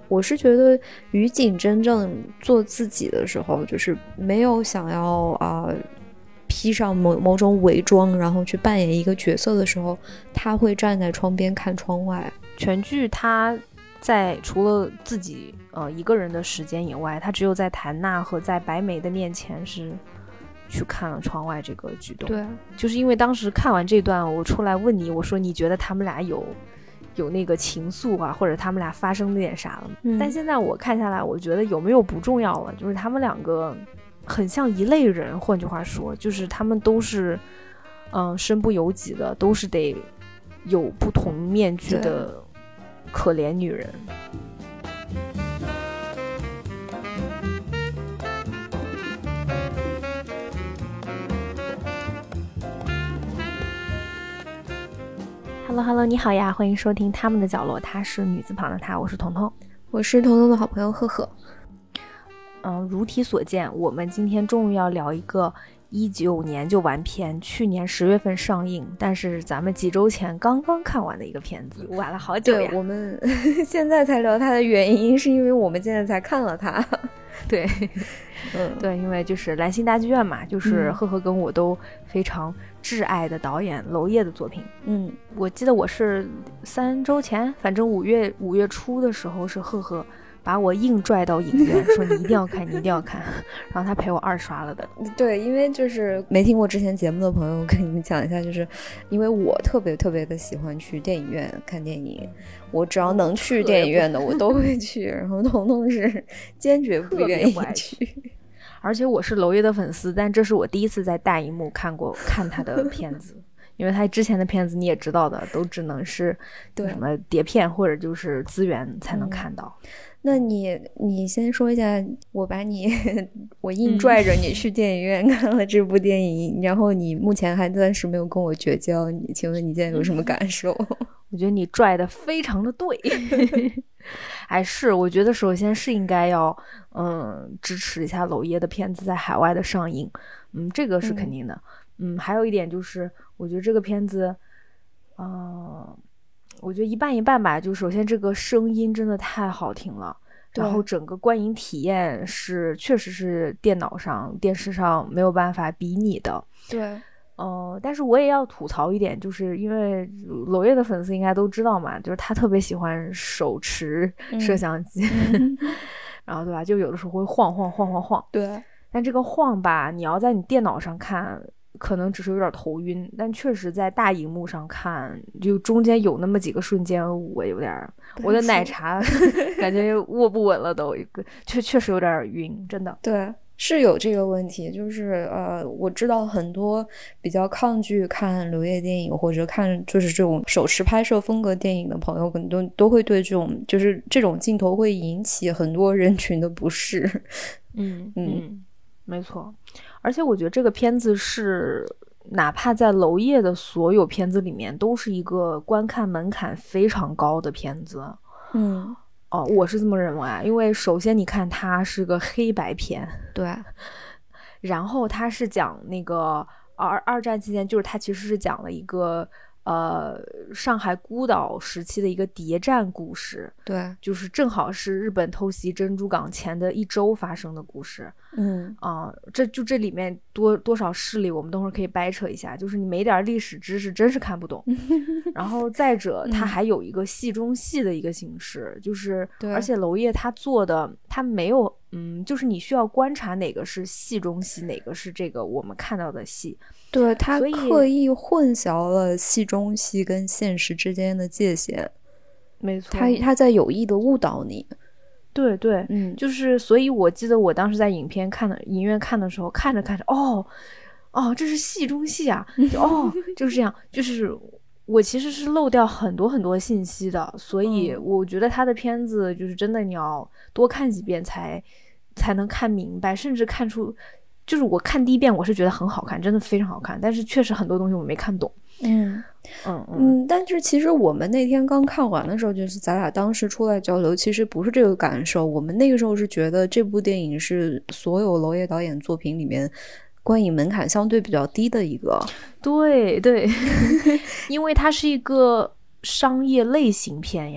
我是觉得于景真正做自己的时候，就是没有想要披上某种伪装，然后去扮演一个角色的时候，他会站在窗边看窗外。 全剧他在除了自己一个人的时间以外，他只有在谭娜和在白眉的面前是去看了窗外这个举动。 对， 就是因为当时看完这段，我出来问你，我说你觉得他们俩有那个情愫啊，或者他们俩发生了点啥了？但现在我看下来，我觉得有没有不重要了，就是他们两个很像一类人，换句话说，就是他们都是身不由己的，都是得有不同面具的可怜女人。Hello， 你好呀，欢迎收听他们的角落，她是女字旁的她，我是彤彤， 我是彤彤的好朋友赫赫。 如题所见，我们今天终于要聊一个19年就完片，去年10月份上映，但是咱们几周前刚刚看完的一个片子，晚了好久呀。 对，我们现在才聊它的原因，是因为我们现在才看了它。 对，对，因为就是兰心大剧院嘛，就是赫赫跟我都非常挚爱的导演娄烨的作品。我记得我是3周前，反正5月初的时候，是赫赫把我硬拽到影院，说你一定要看，你一定要看，然后他陪我2刷了的。 对，因为就是没听过之前节目的朋友，跟你们讲一下，就是因为我特别的喜欢去电影院看电影，我只要能去电影院的我都会去，然后彤彤是坚决不愿意去。 而且我是娄烨的粉丝，但这是我第一次在大荧幕看他的片子。因为他之前的片子你也知道的，都只能是什么碟片或者就是资源才能看到。 那你先说一下，我硬拽着你去电影院看了这部电影，然后你目前还暂时没有跟我绝交，请问你现在有什么感受？ 我觉得你拽的非常的对。我觉得首先是应该要支持一下娄烨的片子在海外的上映，这个是肯定的。还有一点就是我觉得这个片子我觉得一半一半吧，就首先这个声音真的太好听了，然后整个观影体验确实是电脑上电视上没有办法比拟的。 对， 但是我也要吐槽一点，就是因为娄烨的粉丝应该都知道嘛，就是他特别喜欢手持摄像机，然后对吧，就有的时候会晃， 对， 但这个晃吧，你要在你电脑上看可能只是有点头晕，但确实在大荧幕上看，就中间有那么几个瞬间我的奶茶感觉握不稳了都，确实有点晕，真的。 对，是有这个问题，就是我知道很多比较抗拒看娄烨电影或者看就是这种手持拍摄风格电影的朋友，可能都会对这种镜头会引起很多人群的不适。 没错。而且我觉得这个片子是哪怕在娄烨的所有片子里面都是一个观看门槛非常高的片子。我是这么认为啊，因为首先你看它是个黑白片， 对， 然后它是讲那个二战期间，就是它其实是讲了一个上海孤岛时期的一个谍战故事， 对， 就是正好是日本偷袭珍珠港前的1周发生的故事。这里面多少势力我们等会儿可以掰扯一下，就是你没点历史知识真是看不懂。然后再者它还有一个戏中戏的一个形式，就是而且娄烨他做的他没有就是你需要观察哪个是戏中戏，哪个是这个我们看到的戏。 对，他刻意混淆了戏中戏跟现实之间的界限。 没错， 他在有意的误导你。 对，就是所以我记得我当时在影院看的时候，看着这是戏中戏啊，就是这样，就是我其实是漏掉很多信息的，所以我觉得他的片子就是真的你要多看几遍才能看明白，甚至看出，就是我看第一遍我是觉得很好看，真的非常好看，但是确实很多东西我没看懂。 但是其实我们那天刚看完的时候，就是咱俩当时出来交流，其实不是这个感受。我们那个时候是觉得这部电影是所有娄烨导演作品里面观影门槛相对比较低的一个。 对，因为它是一个商业类型片呀。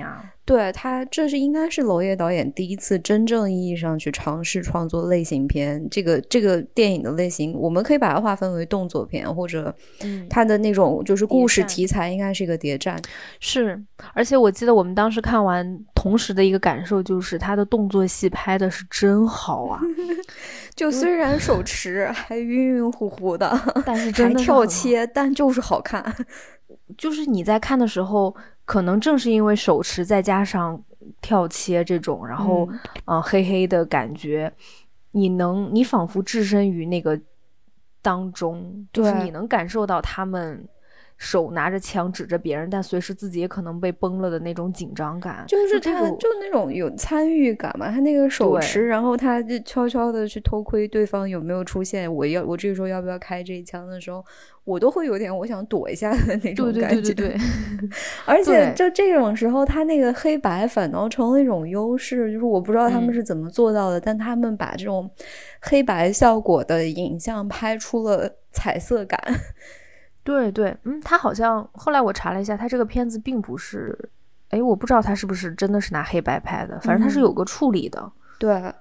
对，他这是应该是娄烨导演第一次真正意义上去尝试创作类型片。这个电影的类型，我们可以把它划分为动作片，或者它的那种就是故事题材应该是一个谍战。 是，而且我记得我们当时看完，同时的一个感受就是他的动作戏拍的是真好啊！ 就虽然手持还晕晕乎乎的， 但是真的还跳切，但就是好看。 就是你在看的时候，可能正是因为手持再加上跳切这种，然后黑黑的感觉，你仿佛置身于那个当中，就是你能感受到他们手拿着枪指着别人，但随时自己也可能被崩了的那种紧张感， 就是他就那种有参与感嘛，他那个手持，然后他就悄悄的去偷窥对方有没有出现，我这个时候要不要开这一枪的时候，我都会有点我想躲一下的那种感觉。 对而且就这种时候，他那个黑白反倒成了一种优势，就是我不知道他们是怎么做到的，但他们把这种黑白效果的影像拍出了彩色感。 对，他好像后来我查了一下，他这个片子并不是，我不知道他是不是真的是拿黑白拍的，反正他是有个处理的。 对，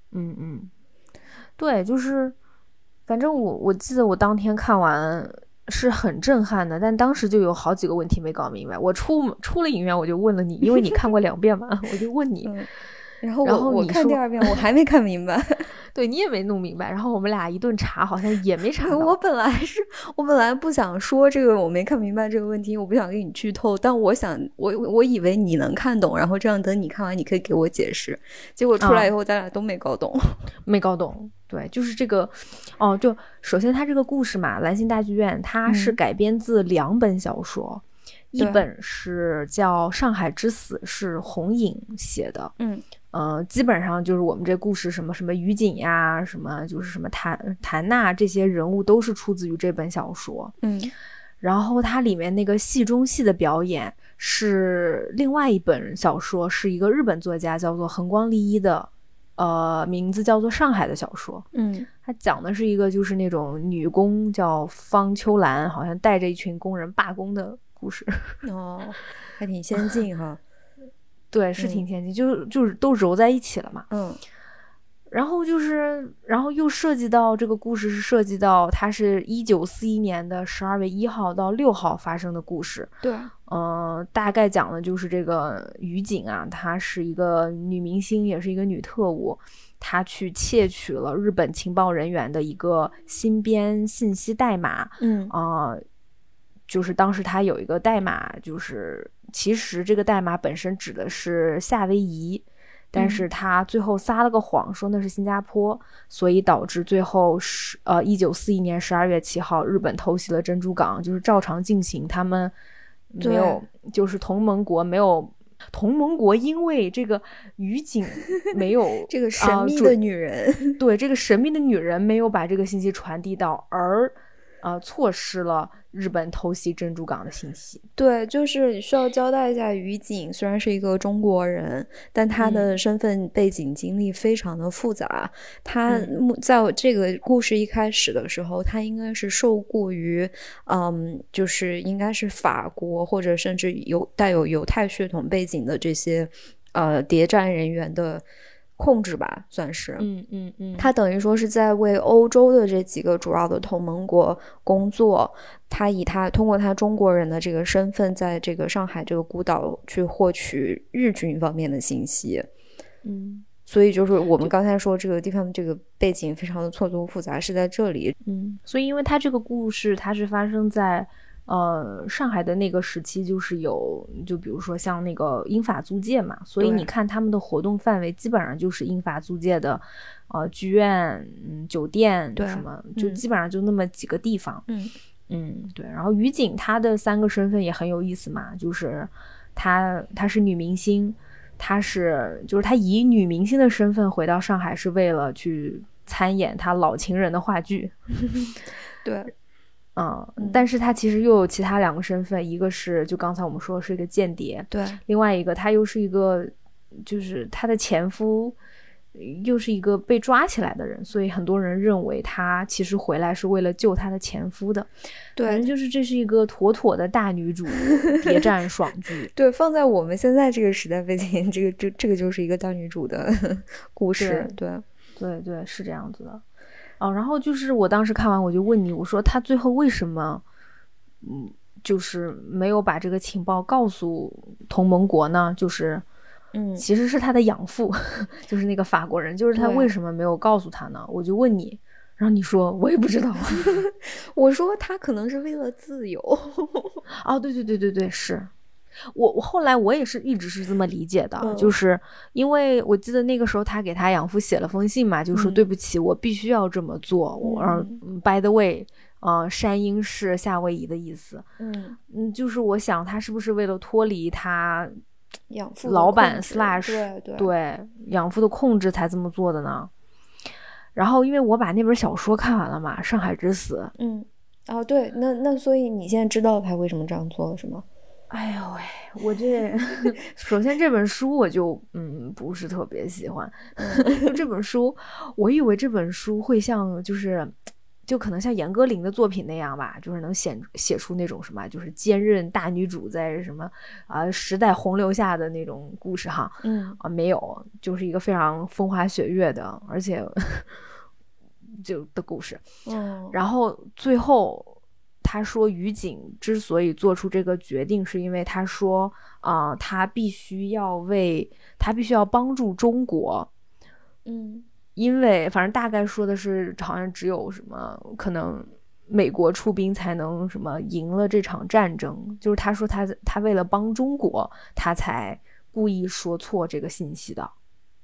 对，就是反正我记得我当天看完是很震撼的，但当时就有好几个问题没搞明白。我出了影院我就问了你，因为你看过2遍嘛，我就问你。 然后我看第2遍我还没看明白。 对，你也没弄明白，然后我们俩一顿查好像也没查到。 我本来不想说这个我没看明白这个问题，我不想给你剧透，但我以为你能看懂，然后这样等你看完你可以给我解释，结果出来以后咱俩都没搞懂。 没搞懂。对，就是这个就首先它这个故事嘛，兰心大剧院它是改编自2本小说，一本是叫《上海之死》，是洪颖写的。基本上就是我们这故事什么于景呀，什么就是什么谭娜这些人物都是出自于这本小说。然后它里面那个戏中戏的表演是另外一本小说，是一个日本作家叫做横光利一的名字叫做《上海》的小说。它讲的是一个就是那种女工叫方秋兰，好像带着一群工人罢工的故事。 还挺先进哈。 对，是挺先进，就是都揉在一起了嘛。然后又涉及到这个故事是涉及到它是1941年的12月1号到6号发生的故事。 对， 大概讲的就是这个于景啊，她是一个女明星，也是一个女特务，她去窃取了日本情报人员的一个新编信息代码。就是当时她有一个代码，就是其实这个代码本身指的是夏威夷，但是他最后撒了个谎说那是新加坡，所以导致最后1941年12月7号日本偷袭了珍珠港，就是照常进行，他们没有，就是同盟国因为这个于景没有这个神秘的女人对，这个神秘的女人没有把这个信息传递到，而错失了日本偷袭珍珠港的信息。 对，就是需要交代一下，于景虽然是一个中国人，但他的身份背景经历非常的复杂。他在这个故事一开始的时候，他应该是受雇于就是应该是法国或者甚至带有犹太血统背景的这些谍战人员的控制吧，算是。他等于说是在为欧洲的这几个主要的同盟国工作，他通过他中国人的这个身份，在这个上海这个孤岛去获取日军方面的信息。所以就是我们刚才说这个地方的这个背景非常的错综复杂，是在这里。 所以因为他这个故事它是发生在上海的那个时期，就是就比如说像那个英法租界嘛，所以你看他们的活动范围基本上就是英法租界的剧院、酒店什么，就基本上就那么几个地方。对。然后于景她的3个身份也很有意思嘛，就是她是女明星，就是她以女明星的身份回到上海是为了去参演她老情人的话剧。 对。 但是他其实又有其他2个身份，一个是就刚才我们说是一个间谍， 对， 另外一个他又是一个，就是他的前夫又是一个被抓起来的人，所以很多人认为他其实回来是为了救他的前夫的。 对， 反正就是这是一个妥妥的大女主谍战爽剧。 对，放在我们现在这个时代背景，这个就是一个大女主的故事。 对，是这样子的。然后就是我当时看完我就问你，我说他最后为什么就是没有把这个情报告诉同盟国呢？就是其实是他的养父就是那个法国人，就是他为什么没有告诉他呢？我就问你，然后你说我也不知道我说他可能是为了自由对，是我后来我也是一直是这么理解的，就是因为我记得那个时候他给他养父写了封信嘛，就说对不起，我必须要这么做。by the way，山鹰是夏威夷的意思。就是我想他是不是为了脱离他养父老板对养父的控制才这么做的呢？然后因为我把那本小说看完了嘛，《上海之死》。 对，那所以你现在知道他为什么这样做了是吗？ 哎呦喂，我这首先这本书我就不是特别喜欢。这本书我以为这本书会像就可能像严歌苓的作品那样吧，就是能写出那种什么就是坚韧大女主在什么时代洪流下的那种故事哈。没有，就是一个非常风花雪月的而且就的故事。然后最后他说于景之所以做出这个决定是因为他说他必须要帮助中国。因为反正大概说的是好像只有什么可能美国出兵才能什么赢了这场战争，就是他说他为了帮中国他才故意说错这个信息的。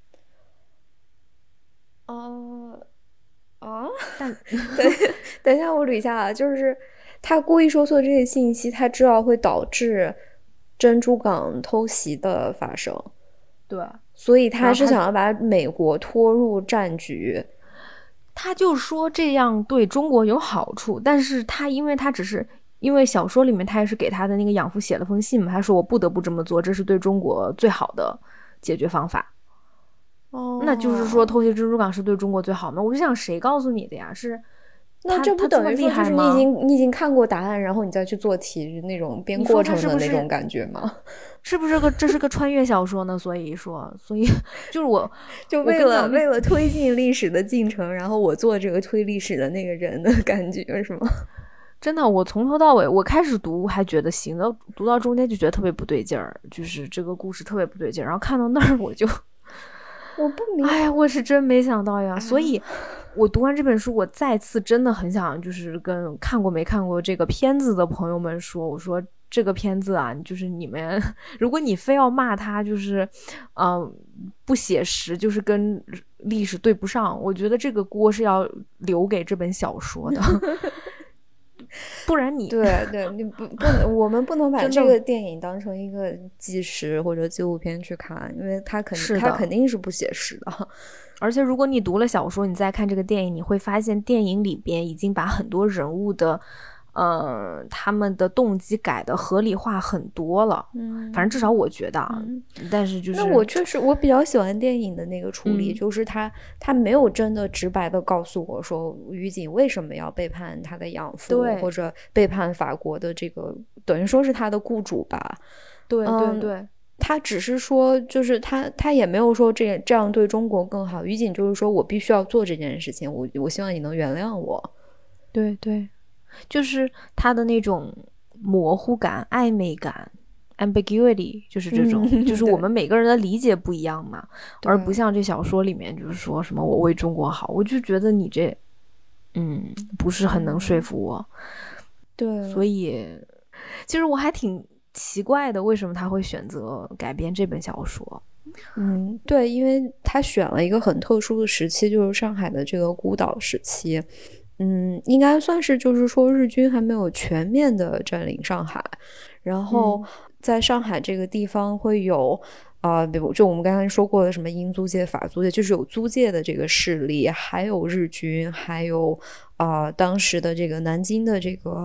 等一下我捋一下啊，就是他故意说错这些信息，他知道会导致珍珠港偷袭的发生。 对， 所以他是想要把美国拖入战局。 他就说这样对中国有好处，但是因为小说里面他也是给他的那个养父写了封信嘛，他说我不得不这么做，这是对中国最好的解决方法。那就是说偷袭珍珠港是对中国最好吗？我就想谁告诉你的呀？是那这不等于说就是你已经看过答案，然后你再去做题，那种编过程的那种感觉吗？ 是不是这是个穿越小说呢？所以就是我就为了推进历史的进程，然后我做这个推历史的那个人的感觉是吗？ 真的，我从头到尾，我开始读还觉得行，读到中间就觉得特别不对劲儿，就是这个故事特别不对劲儿，然后看到那儿我不明白， 哎呀，我是真没想到呀！所以我读完这本书，我再次真的很想就是跟看过没看过这个片子的朋友们说，我说这个片子啊，就是你们如果你非要骂它就是不写实，就是跟历史对不上，我觉得这个锅是要留给这本小说的。不然你对你不我们不能把这个电影当成一个纪实或者纪录片去看，因为它肯定是不写实的。 而且如果你读了小说，你再看这个电影，你会发现电影里边已经把很多人物的他们的动机改的合理化很多了。反正至少我觉得啊。但是就是那我比较喜欢电影的那个处理，就是他没有真的直白的告诉我说于景为什么要背叛他的养父，或者背叛法国的这个等于说是他的雇主吧。 对， 他只是说就是他也没有说这样对中国更好，于景就是说我必须要做这件事情，我希望你能原谅我。 对，就是他的那种模糊感、暧昧感 ambiguity， 就是这种就是我们每个人的理解不一样嘛，而不像这小说里面就是说什么我为中国好，我就觉得你这不是很能说服我。 对， 所以其实我还挺奇怪的，为什么他会选择改编这本小说。 对，因为他选了一个很特殊的时期，就是上海的这个孤岛时期。应该算是就是说日军还没有全面的占领上海，然后在上海这个地方会有比如就我们刚才说过的什么英租界、法租界，就是有租界的这个势力，还有日军，还有当时的这个南京的这个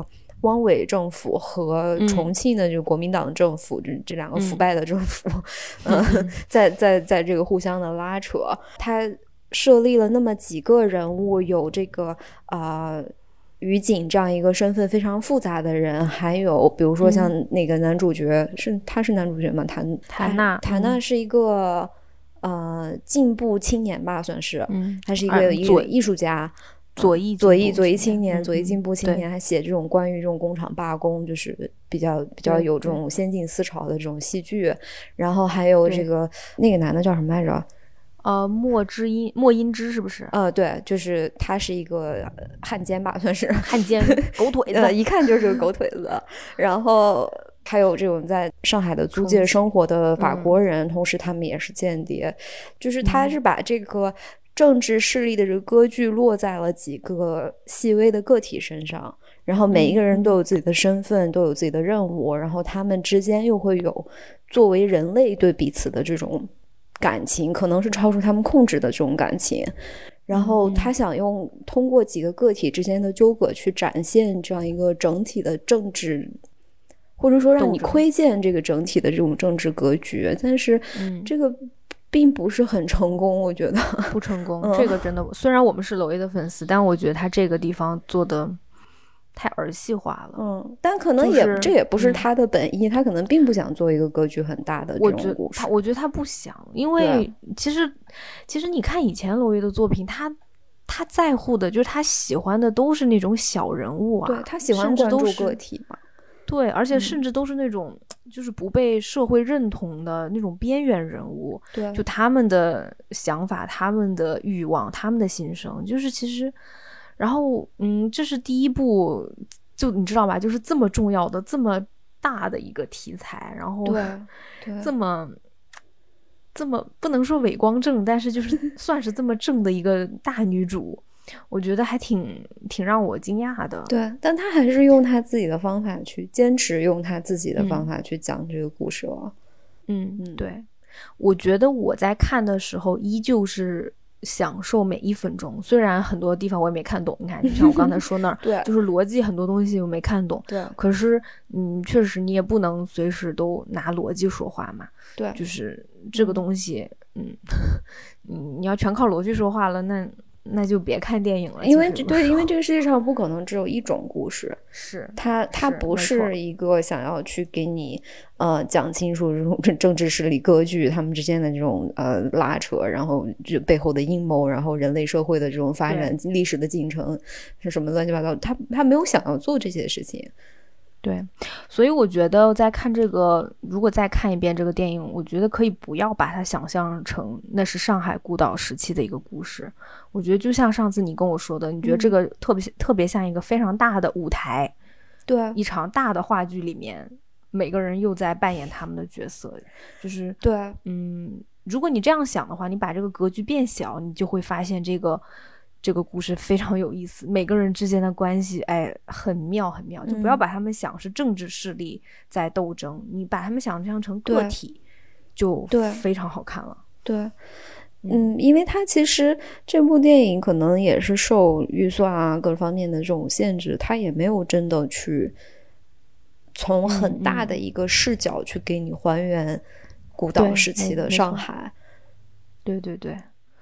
汪伪政府和重庆的这个国民党政府，这两个腐败的政府，在这个互相的拉扯。他设立了那么几个人物，有这个于景这样一个身份非常复杂的人，还有比如说像那个男主角，他是男主角吗？谭娜是一个进步青年吧，算是，他是一个艺术家。左翼青年，左翼进步青年，还写这种关于这种工厂罢工，就是比较有这种先进思潮的这种戏剧。然后还有这个那个男的叫什么来着？ 莫英之是不是？ 对，就是他是一个汉奸吧，算是汉奸狗腿子， 一看就是个狗腿子。然后还有这种在上海的租界生活的法国人，同时他们也是间谍。就是他是把这个政治势力的这个割据落在了几个细微的个体身上，然后每一个人都有自己的身份，都有自己的任务，然后他们之间又会有作为人类对彼此的这种感情，可能是超出他们控制的这种感情。然后他想通过几个个体之间的纠葛去展现这样一个整体的政治，或者说让你窥见这个整体的这种政治格局。但是这个并不是很成功，我觉得不成功。这个真的，虽然我们是娄烨的粉丝，但我觉得他这个地方做的太儿戏化了。 但可能这也不是他的本意，他可能并不想做一个格局很大的这种故事。 我觉得他不想，因为其实你看以前娄烨的作品，他在乎的就是他喜欢的都是那种小人物啊， 对，他喜欢关注个体嘛。 对，而且甚至都是那种就是不被社会认同的那种边缘人物。 对， 就他们的想法、他们的欲望、他们的心声，就是其实，然后这是第一部，就你知道吧，就是这么重要的、这么大的一个题材，然后对这么不能说伪光正，但是就是算是这么正的一个大女主。我觉得还挺让我惊讶的。 对，但他还是用他自己的方法去坚持，用他自己的方法去讲这个故事了。 对，我觉得我在看的时候依旧是享受每一分钟，虽然很多地方我也没看懂。你看，就像我刚才说那儿， 对， 就是逻辑很多东西我没看懂。 对， 可是确实你也不能随时都拿逻辑说话嘛。 对， 就是这个东西，你要全靠逻辑说话了，那就别看电影了。 因为这个世界上不可能只有一种故事， 是它不是一个想要去给你讲清楚这种政治势力割据他们之间的这种拉扯，然后这背后的阴谋，然后人类社会的这种发展历史的进程是什么乱七八糟，他没有想要做这些事情。 对，所以我觉得在看这个，如果再看一遍这个电影，我觉得可以不要把它想象成那是上海孤岛时期的一个故事。我觉得就像上次你跟我说的，你觉得这个特别像一个非常大的舞台， 对， 一场大的话剧里面，每个人又在扮演他们的角色，就是对， 如果你这样想的话，你把这个格局变小，你就会发现这个故事非常有意思，每个人之间的关系，很妙很妙。就不要把他们想是政治势力在斗争，你把他们想象成个体，就非常好看了。 对，因为它其实这部电影可能也是受预算啊各方面的这种限制，它也没有真的去从很大的一个视角去给你还原孤岛时期的上海。 对对对，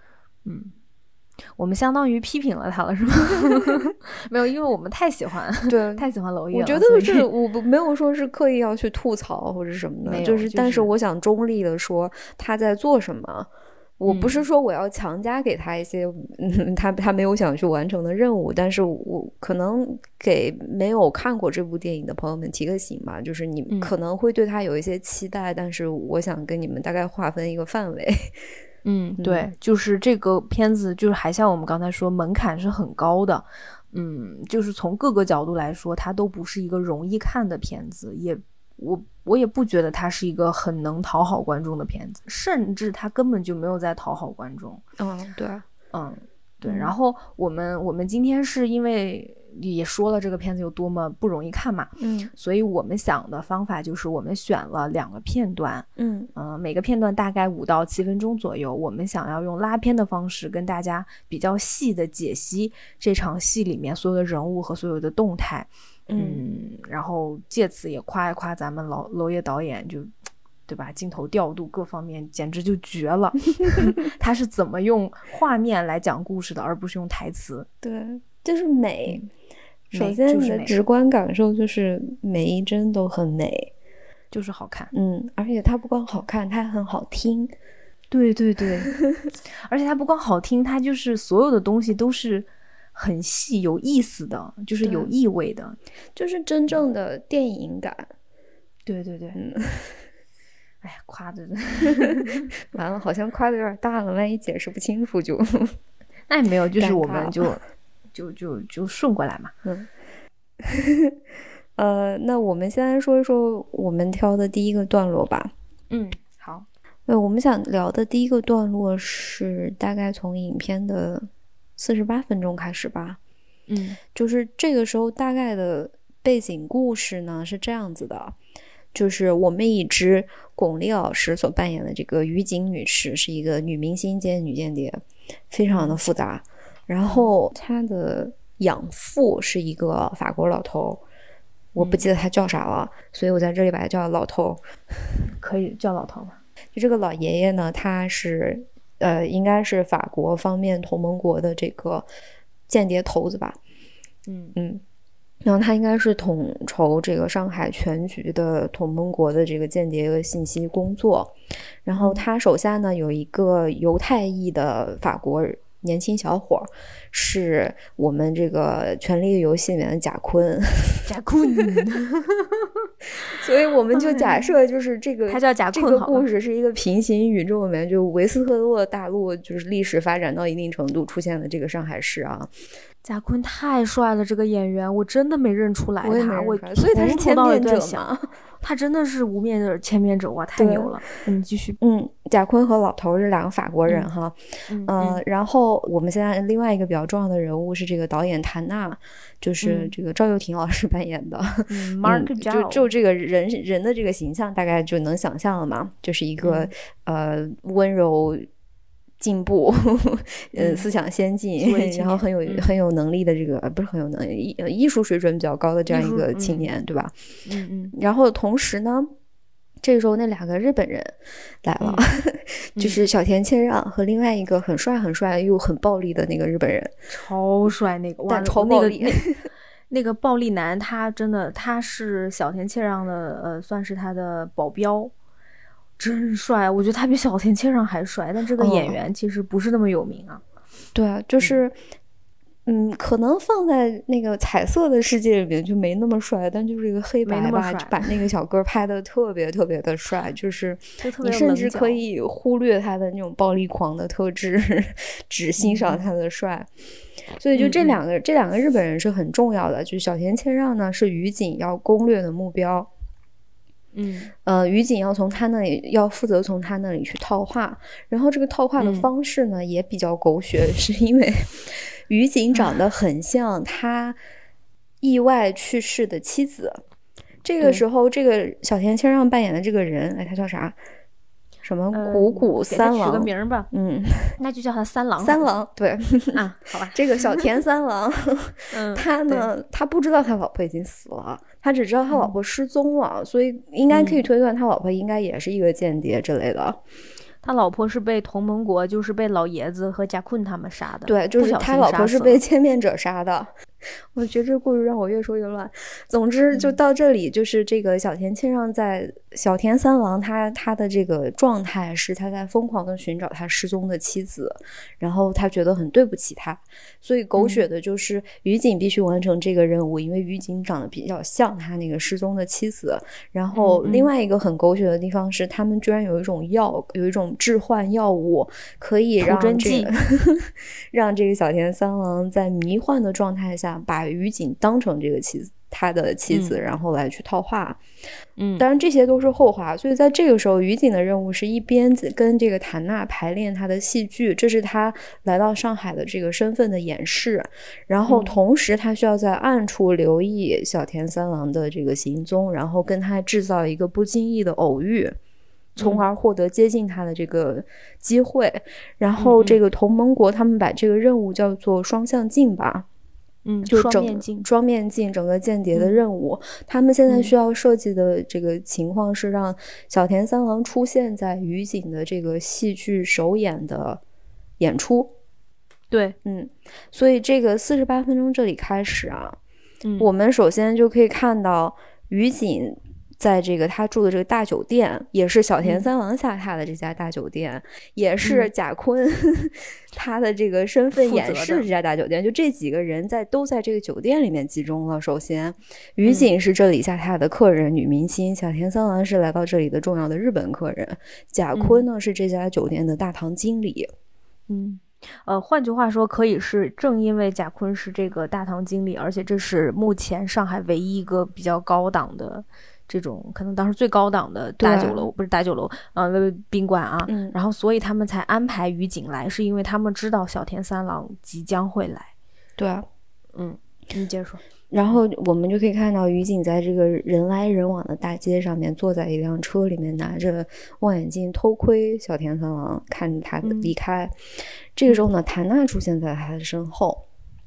我们相当于批评了他了，是吗？没有，因为我们太喜欢娄烨了。 我觉得是我没有说是刻意要去吐槽或者什么的，但是我想中立的说他在做什么。我不是说我要强加给他一些他没有想去完成的任务，但是我可能给没有看过这部电影的朋友们提个醒吧，就是你可能会对他有一些期待，但是我想跟你们大概划分一个范围。 对，就是这个片子就是还像我们刚才说门槛是很高的，就是从各个角度来说它都不是一个容易看的片子，我也不觉得它是一个很能讨好观众的片子，甚至它根本就没有在讨好观众。对，然后我们今天是因为也说了这个片子有多么不容易看嘛，所以我们想的方法就是我们选了2个片段，每个片段大概5到7分钟左右，我们想要用拉片的方式跟大家比较细的解析这场戏里面所有的人物和所有的动态， 然后借此也夸一夸咱们娄烨导演，就对吧，镜头调度各方面简直就绝了。他是怎么用画面来讲故事的，而不是用台词。 对，就是美。首先你的直观感受就是每一帧都很美， 就是好看。 而且它不光好看，它还很好听。 对对对。而且它不光好听，它就是所有的东西都是很细有意思的，就是有意味的， 就是真正的电影感。 对对对。哎呀，夸的完了，好像夸的有点大了，万一解释不清楚就那也没有，就是我们就顺过来嘛。 那我们先来说一说我们挑的第一个段落吧。 好。 我们想聊的第一个段落是大概从影片的48分钟开始吧。就是这个时候大概的背景故事呢是这样子的，就是我们已知巩俐老师所扮演的这个于景女士是一个女明星兼女间谍，非常的复杂。然后她的养父是一个法国老头，我不记得他叫啥了，所以我在这里把他叫老头。 可以叫老头吗？ 就这个老爷爷呢，他是应该是法国方面同盟国的这个间谍头子吧。然后他应该是统筹这个上海全局的同盟国的这个间谍信息工作。然后他手下呢有一个犹太裔的法国年轻小伙，是我们这个权力游戏里面的贾昆。所以我们就假设就是这个他叫贾昆， 这个故事是一个平行宇宙里面，就维斯特洛大陆就是历史发展到一定程度出现了这个上海市啊。 贾昆太帅了，这个演员我真的没认出来他， 我也没认出来，所以他是千面者嘛。 他真的是无面千面者，哇，太牛了。你继续。 贾昆和老头是两个法国人哈。然后我们现在另外一个比较重要的人物是这个导演谭娜，就是这个赵又廷老师扮演的。就这个人的这个形象大概就能想象了嘛，就是一个温柔进步思想先进，然后很有能力的这个不是很有能力，艺术水准比较高的这样一个青年，对吧？然后同时呢，这个时候那两个日本人来了，就是小田切让和另外一个很帅很帅又很暴力的那个日本人， 超帅那个， 但超暴力。 那个暴力男，他真的他是小田切让的算是他的保镖。真帅，我觉得他比小田切让还帅，但这个演员其实不是那么有名啊。 对啊，就是可能放在那个彩色的世界里面就没那么帅，但就是一个黑白吧，就把那个小哥拍的特别特别的帅，就是你甚至可以忽略他的那种暴力狂的特质，只欣赏他的帅。所以就这两个日本人是很重要的，就是小田切让呢是于景要攻略的目标。于景要负责从他那里去套话，然后这个套话的方式呢也比较狗血，是因为于景长得很像他意外去世的妻子。这个时候这个小田切让扮演的这个人，他叫啥？什么谷谷三郎？ 取个名吧。那就叫他三郎。 三郎，对啊，好吧。 这个小田三郎，他呢，他不知道他老婆已经死了，他只知道他老婆失踪了，所以应该可以推断他老婆应该也是一个间谍之类的。 他老婆是被同盟国，就是被老爷子和贾昆他们杀的。 对，就是他老婆是被千面者杀的。我觉得这个故事让我越说越乱。总之就到这里，就是这个小田切让在小田三郎他的这个状态是他在疯狂的寻找他失踪的妻子，然后他觉得很对不起他，所以狗血的就是于景必须完成这个任务，因为于景长得比较像他那个失踪的妻子。然后另外一个很狗血的地方是他们居然有一种致幻药物可以让让这个小田三郎在迷幻的状态下把于景当成这个他的妻子，然后来去套话。当然这些都是后话，所以在这个时候于景的任务是一边跟这个谭娜排练他的戏剧，这是他来到上海的这个身份的演示，然后同时他需要在暗处留意小田三郎的这个行踪，然后跟他制造一个不经意的偶遇，从而获得接近他的这个机会。然后这个同盟国他们把这个任务叫做双向镜吧。 就双面镜整个间谍的任务，他们现在需要设计的这个情况是让小田三郎出现在宇景的这个戏剧首演的演出。 对， 所以这个48分钟这里开始啊，我们首先就可以看到宇景在这个他住的这个大酒店，也是小田三郎下榻的这家大酒店，也是贾坤他的这个身份掩饰这家大酒店，就这几个人都在这个酒店里面集中了。首先宇景是这里下榻的客人，女明星，小田三郎是来到这里的重要的日本客人，贾坤呢是这家酒店的大堂经理。 换句话说，可以是正因为贾坤是这个大堂经理，而且这是目前上海唯一一个比较高档的这种，可能当时最高档的大酒楼，不是大酒楼，宾馆啊。然后所以他们才安排宇景来，是因为他们知道小田三郎即将会来。 对啊， 你接着说。 然后我们就可以看到宇景在这个人来人往的大街上面，坐在一辆车里面，拿着望远镜偷窥小田三郎，看着他离开。这个时候呢，谭娜出现在他的身后，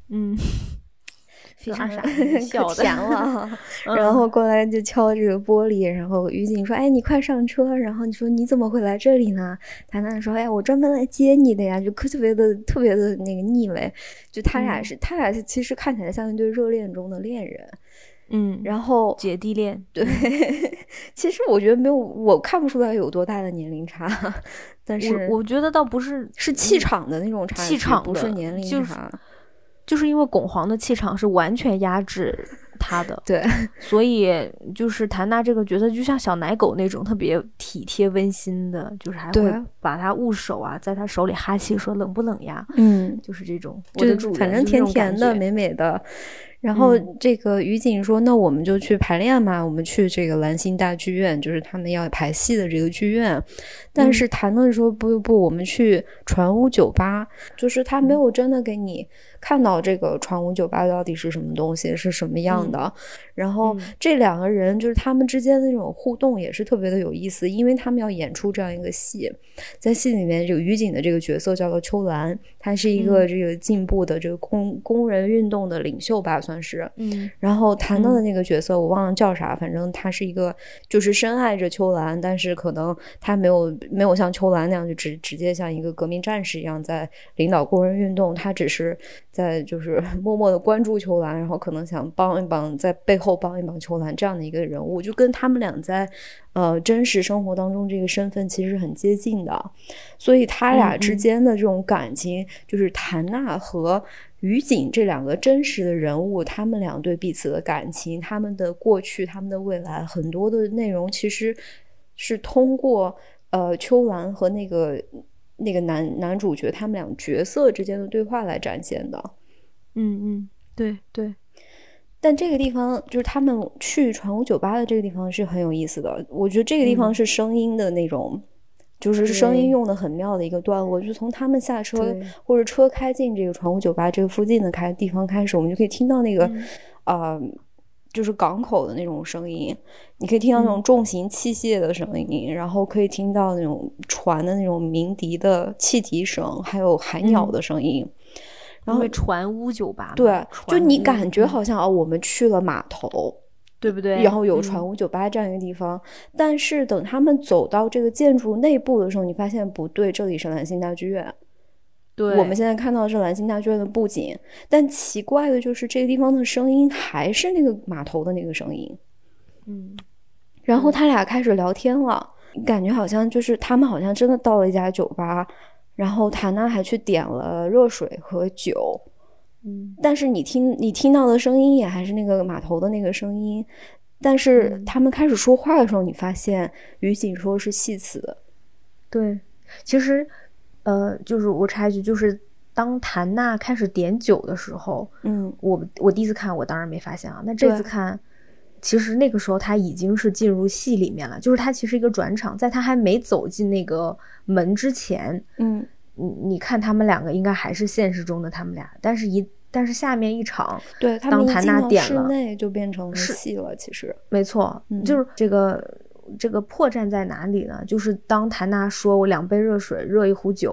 非常可甜了然后过来就敲这个玻璃，然后宇景说：“哎，你快上车。”然后你说：“你怎么会来这里呢？”谭娜说：“哎，我专门来接你的呀。”就特别的那个腻味。就他俩其实看起来像一对热恋中的恋人。然后姐弟恋。 对，其实我觉得我看不出来有多大的年龄差，但是我觉得倒不是， 是气场的那种差距， 气场不是年龄差。 就是因为巩皇的气场是完全压制他的， 对， 所以就是谭娜这个角色就像小奶狗那种特别体贴温馨的，就是还会把他握手啊，在他手里哈气说冷不冷呀，就是这种， 就反正甜甜的美美的。然后这个宇景说：“那我们就去排练嘛，我们去这个兰心大剧院，就是他们要排戏的这个剧院。”但是谭乐说：“不，我们去船屋酒吧。”就是他没有真的给你看到这个船屋酒吧到底是什么东西，是什么样的。然后这两个人就是他们之间的那种互动也是特别的有意思，因为他们要演出这样一个戏，在戏里面这个宇景的这个角色叫做秋兰，她是一个这个进步的这个工人运动的领袖吧，算是。然后谭乐的那个角色我忘了叫啥，反正他是一个就是深爱着秋兰，但是可能他没有像秋兰那样就直接像一个革命战士一样在领导工人运动，他只是在就是默默的关注秋兰，然后可能想帮一帮，在背后帮一帮秋兰这样的一个人物，就跟他们俩在真实生活当中这个身份其实很接近的。所以他俩之间的这种感情，就是谭娜和宇景这两个真实的人物，他们俩对彼此的感情，他们的过去，他们的未来，很多的内容其实是通过秋兰和那个男主角他们俩角色之间的对话来展现的。 对对。 但这个地方就是他们去船屋酒吧的这个地方是很有意思的，我觉得这个地方是声音的那种就是声音用的很妙的一个段落，就从他们下车或者车开进这个船屋酒吧这个附近的地方开始，我们就可以听到那个就是港口的那种声音，你可以听到那种重型器械的声音，然后可以听到那种船的那种鸣笛的汽笛声，还有海鸟的声音。然后船屋酒吧， 对，就你感觉好像我们去了码头， 对不对？ 然后有船屋酒吧这样一个地方，但是等他们走到这个建筑内部的时候，你发现不对，这里是兰心大剧院。 对， 我们现在看到的是兰心大剧院的布景，但奇怪的就是这个地方的声音还是那个码头的那个声音。然后他俩开始聊天了，感觉好像就是他们好像真的到了一家酒吧，然后谭娜还去点了热水和酒。但是你听到的声音也还是那个码头的那个声音，但是他们开始说话的时候，你发现宇景说是戏词。 对，其实就是我插一句，就是当谭娜开始点酒的时候，我第一次看我当然没发现啊，那这次看其实那个时候他已经是进入戏里面了，就是他其实一个转场，在他还没走进那个门之前，你看他们两个应该还是现实中的他们俩，但是下面一场， 对，他们一进到室内就变成了戏了，其实没错，就是这个破绽在哪里呢？就是当谭娜说我2杯热水热一壶酒，然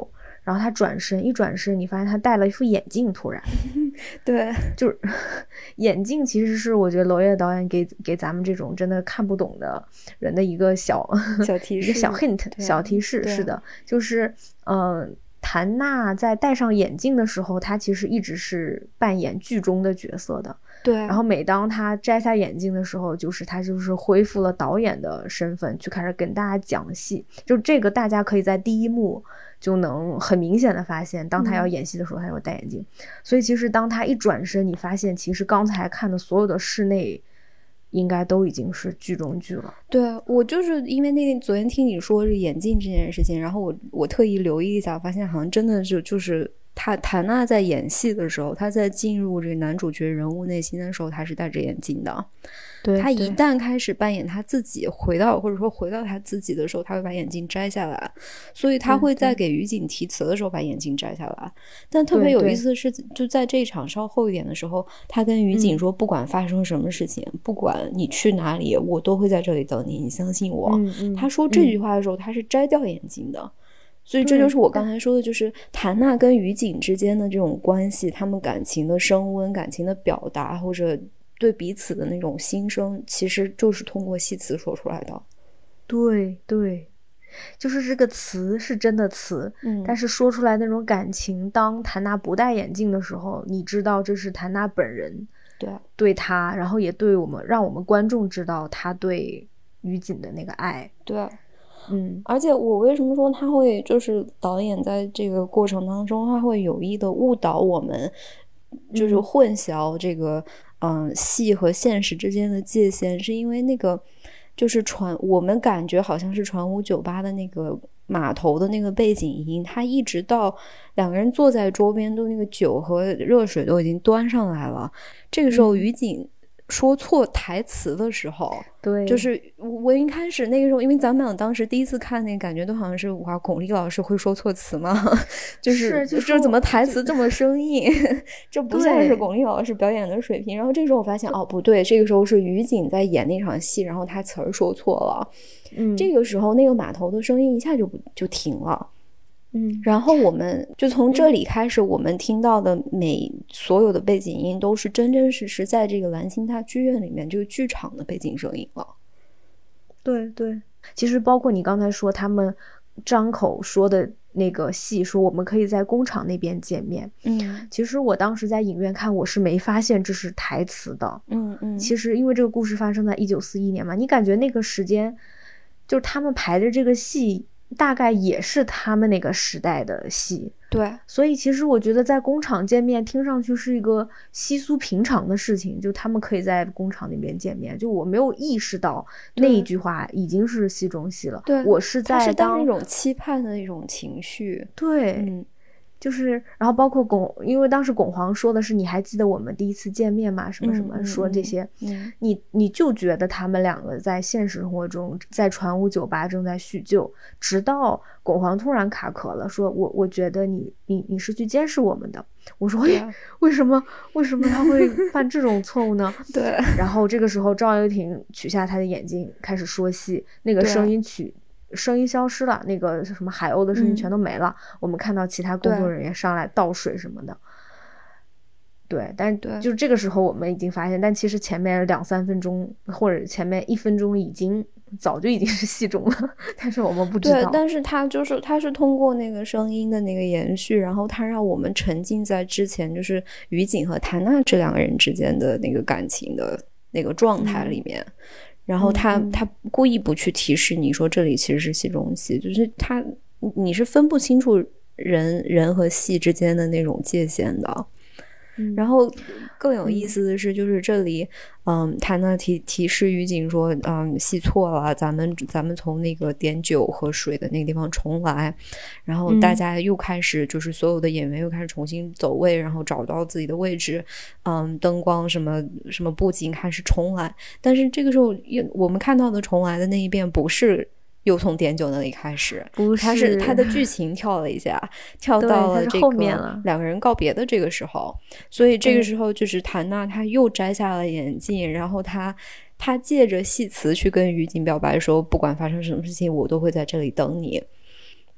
然后他一转身你发现他戴了一副眼镜，突然对， 就是眼镜其实是我觉得娄烨导演给咱们这种真的看不懂的人的一个小提示， 一个小 hint，小提示。是的，就是谭娜在戴上眼镜的时候，她其实一直是扮演剧中的角色的。 对， 然后每当她摘下眼镜的时候，她就是恢复了导演的身份，去开始跟大家讲戏。就这个大家可以在第一幕就能很明显的发现，当她要演戏的时候，她有戴眼镜。所以其实当她一转身，你发现其实刚才看的所有的室内应该都已经是剧中剧了。 对，我就是因为昨天听你说是眼镜这件事情，然后我特意留意一下，发现好像真的就是谭娜在演戏的时候，她在进入这个男主角人物内心的时候，她是戴着眼镜的。 对， 他一旦开始扮演他自己，回到他自己的时候，他会把眼镜摘下来，所以他会在给于景提词的时候把眼镜摘下来。但特别有意思的是，就在这一场稍后一点的时候，他跟于景说，不管发生什么事情，不管你去哪里，我都会在这里等你，你相信我。他说这句话的时候，他是摘掉眼镜的。所以这就是我刚才说的，就是谭娜跟于景之间的这种关系，他们感情的升温、感情的表达，或者对彼此的那种心声，其实就是通过戏词说出来的。 对对，就是这个词是真的词，但是说出来那种感情，当谭娜不戴眼镜的时候，你知道这是谭娜本人对他，然后也对让我们观众知道他对于景的那个爱。 对，而且我为什么说他会就是导演在这个过程当中他会有意的误导我们，就是混淆这个戏和现实之间的界限，是因为那个就是我们感觉好像是传武酒吧的那个码头的那个背景音，他一直到两个人坐在桌边，都那个酒和热水都已经端上来了，这个时候于景说错台词的时候， 对， 就是我一开始那个时候，因为咱们俩当时第一次看那个感觉都好像是哇，巩俐老师会说错词吗？就是怎么台词这么生硬，这不像是巩俐老师表演的水平。然后这个时候我发现哦不对，这个时候是于景在演那场戏，然后他词儿说错了。这个时候那个码头的声音一下就停了。然后我们就从这里开始，我们听到的所有的背景音都是真真实实在这个兰心大剧院里面这个剧场的背景声音了。 对对，其实包括你刚才说他们张口说的那个戏，说我们可以在工厂那边见面。其实我当时在影院看，我是没发现这是台词的。其实因为这个故事发生在1941年嘛，你感觉那个时间就是他们排的这个戏大概也是他们那个时代的戏。 对， 所以其实我觉得在工厂见面听上去是一个稀疏平常的事情，就他们可以在工厂那边见面，就我没有意识到那一句话已经是戏中戏了。 对， 我是在当那种期盼的一种情绪。 对，就是然后包括因为当时巩皇说的是你还记得我们第一次见面吗，什么什么，说这些。你就觉得他们两个在现实生活中在传武酒吧正在叙旧，直到巩皇突然卡壳了，说我觉得你是去监视我们的。我说为什么他会犯这种错误呢？ 对， 然后这个时候赵又廷取下他的眼镜开始说戏，那个声音消失了，那个什么海鸥的声音全都没了。我们看到其他工作人员上来倒水什么的。对，但就这个时候我们已经发现，但其实前面2-3分钟或者前面1分钟早就已经是戏中了，但是我们不知道。 对，但是他是通过那个声音的那个延续，然后他让我们沉浸在之前就是于景和谭娜这两个人之间的那个感情的那个状态里面。然后他故意不去提示你说这里其实是戏中戏，就是你是分不清楚人和戏之间的那种界限的。然后更有意思的是，就是这里，谭娜提示于景说，戏错了，咱们从那个点酒和水的那个地方重来，然后大家又开始，就是所有的演员又开始重新走位，然后找到自己的位置，灯光什么什么布景开始重来，但是这个时候我们看到的重来的那一遍不是又从点酒那里开始， 不是， 他的剧情跳了一下，跳到了这个两个人告别的这个时候，所以这个时候就是谭娜她又摘下了眼镜，然后她借着戏词去跟于景表白说，不管发生什么事情，我都会在这里等你。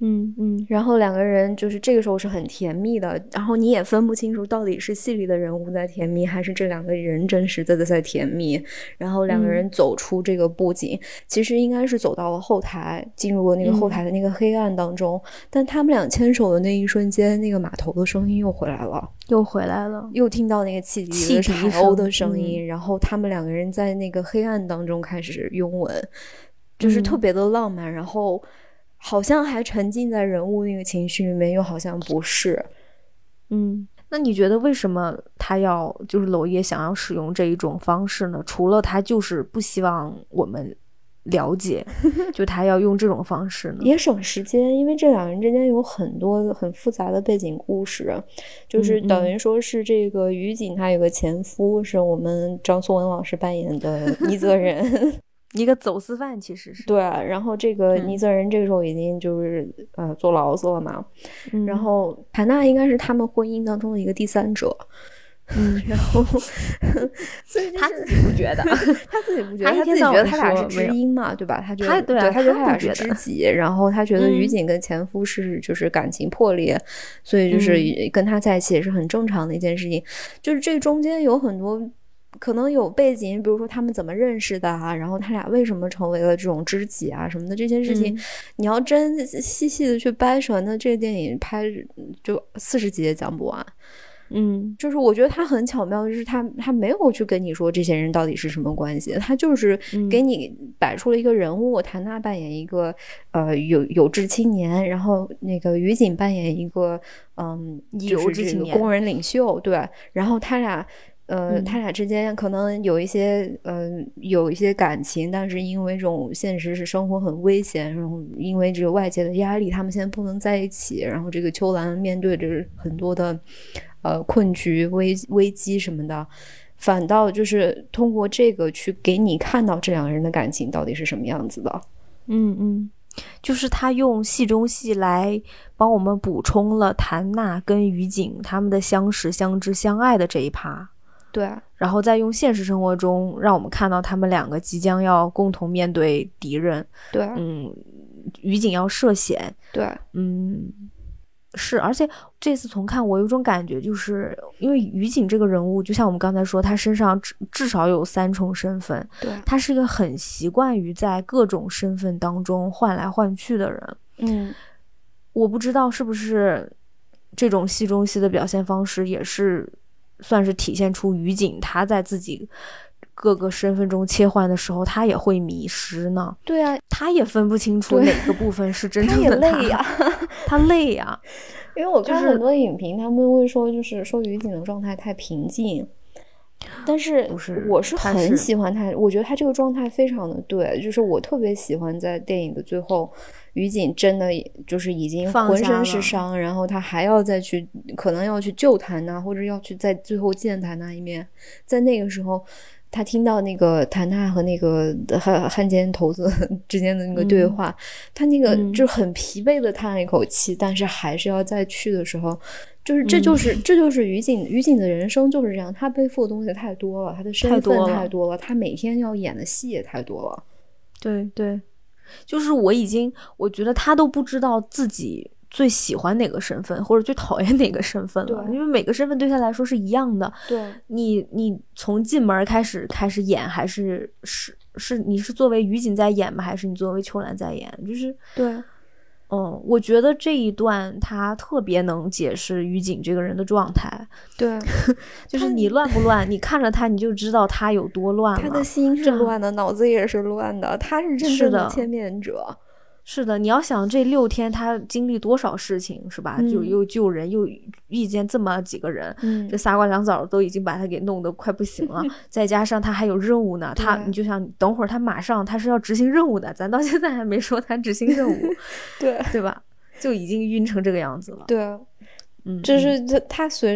然后两个人就是这个时候是很甜蜜的，然后你也分不清楚到底是戏里的人物在甜蜜，还是这两个人真实的在甜蜜。然后两个人走出这个布景，其实应该是走到了后台，进入了那个后台的那个黑暗当中，但他们俩牵手的那一瞬间，那个码头的声音又回来了，又听到那个汽笛的海鸥的声音，然后他们两个人在那个黑暗当中开始拥吻，就是特别的浪漫，然后好像还沉浸在人物那个情绪里面，又好像不是。 那你觉得为什么他就是娄烨想要使用这一种方式呢？除了他就是不希望我们了解，就他要用这种方式呢？ 也省时间，因为这两人之间有很多很复杂的背景故事，就是等于说是这个于景他有个前夫，是我们张颂文老师扮演的倪泽仁。 一个走私犯其实是对，然后这个倪泽仁这个时候已经就是坐牢子了嘛，然后谭娜应该是他们婚姻当中的一个第三者，然后所以、 他自己不觉得， 他自己觉得他俩是知音嘛，对吧？他觉得他俩是知己，然后他觉得于景跟前夫是就是感情破裂，所以就是跟他在一起也是很正常的一件事情，就是这中间有很多。可能有背景，比如说他们怎么认识的啊，然后他俩为什么成为了这种知己啊什么的，这些事情你要真细细的去掰扯，那这个电影拍就40集也讲不完。就是我觉得他很巧妙，就是他没有去跟你说这些人到底是什么关系，他就是给你摆出了一个人物，谭娜扮演一个有志青年，然后那个于景扮演一个有志青年工人领袖，对，然后他俩之间可能有一些感情，但是因为这种现实是生活很危险，然后因为这个外界的压力，他们现在不能在一起，然后这个秋兰面对着很多的困局危机什么的，反倒就是通过这个去给你看到这两个人的感情到底是什么样子的。 就是他用戏中戏来帮我们补充了谭娜跟于景他们的相识相知相爱的这一趴， 对， 然后再用现实生活中让我们看到他们两个即将要共同面对敌人， 对， 于景要涉险， 对， 是，而且这次重看我有种感觉，就是因为于景这个人物就像我们刚才说，他身上至少有3重身份， 对， 他是一个很习惯于在各种身份当中换来换去的人。我不知道是不是这种戏中戏的表现方式也是算是体现出于景他在自己各个身份中切换的时候他也会迷失呢？ 对啊， 他也分不清楚哪个部分是真正的他， 他也累呀， 他累呀。 因为我看很多影评，他们会说就是说于景的状态太平静，但是我是很喜欢他，我觉得他这个状态非常的对，就是我特别喜欢在电影的最后，于景真的就是已经浑身是伤，然后他还要再去可能要去救谭娜，或者要去在最后见谭娜一面，在那个时候他听到那个谭娜和那个汉奸头子之间的那个对话，他那个就很疲惫的叹了一口气，但是还是要再去的时候，就是这就是于景的人生就是这样，他背负的东西太多了，他的身份太多了，他每天要演的戏也太多了。 对对，就是我觉得他都不知道自己最喜欢哪个身份或者最讨厌哪个身份了，因为每个身份对他来说是一样的。 对， 你从进门开始演，还是你是作为于景在演吗？还是你作为秋兰在演？就是对， 我觉得这一段他特别能解释于景这个人的状态。 对， 就是你乱不乱，你看着他你就知道他有多乱了。 他的心是乱的，脑子也是乱的，他是真正的千面者。 是的，你要想这6天他经历多少事情是吧？就又救人，又遇见这么几个人，这仨瓜两枣都已经把他给弄得快不行了，再加上他还有任务呢，你就想等会儿他是要执行任务的，咱到现在还没说他执行任务， 对吧？就已经晕成这个样子了。 对，就是他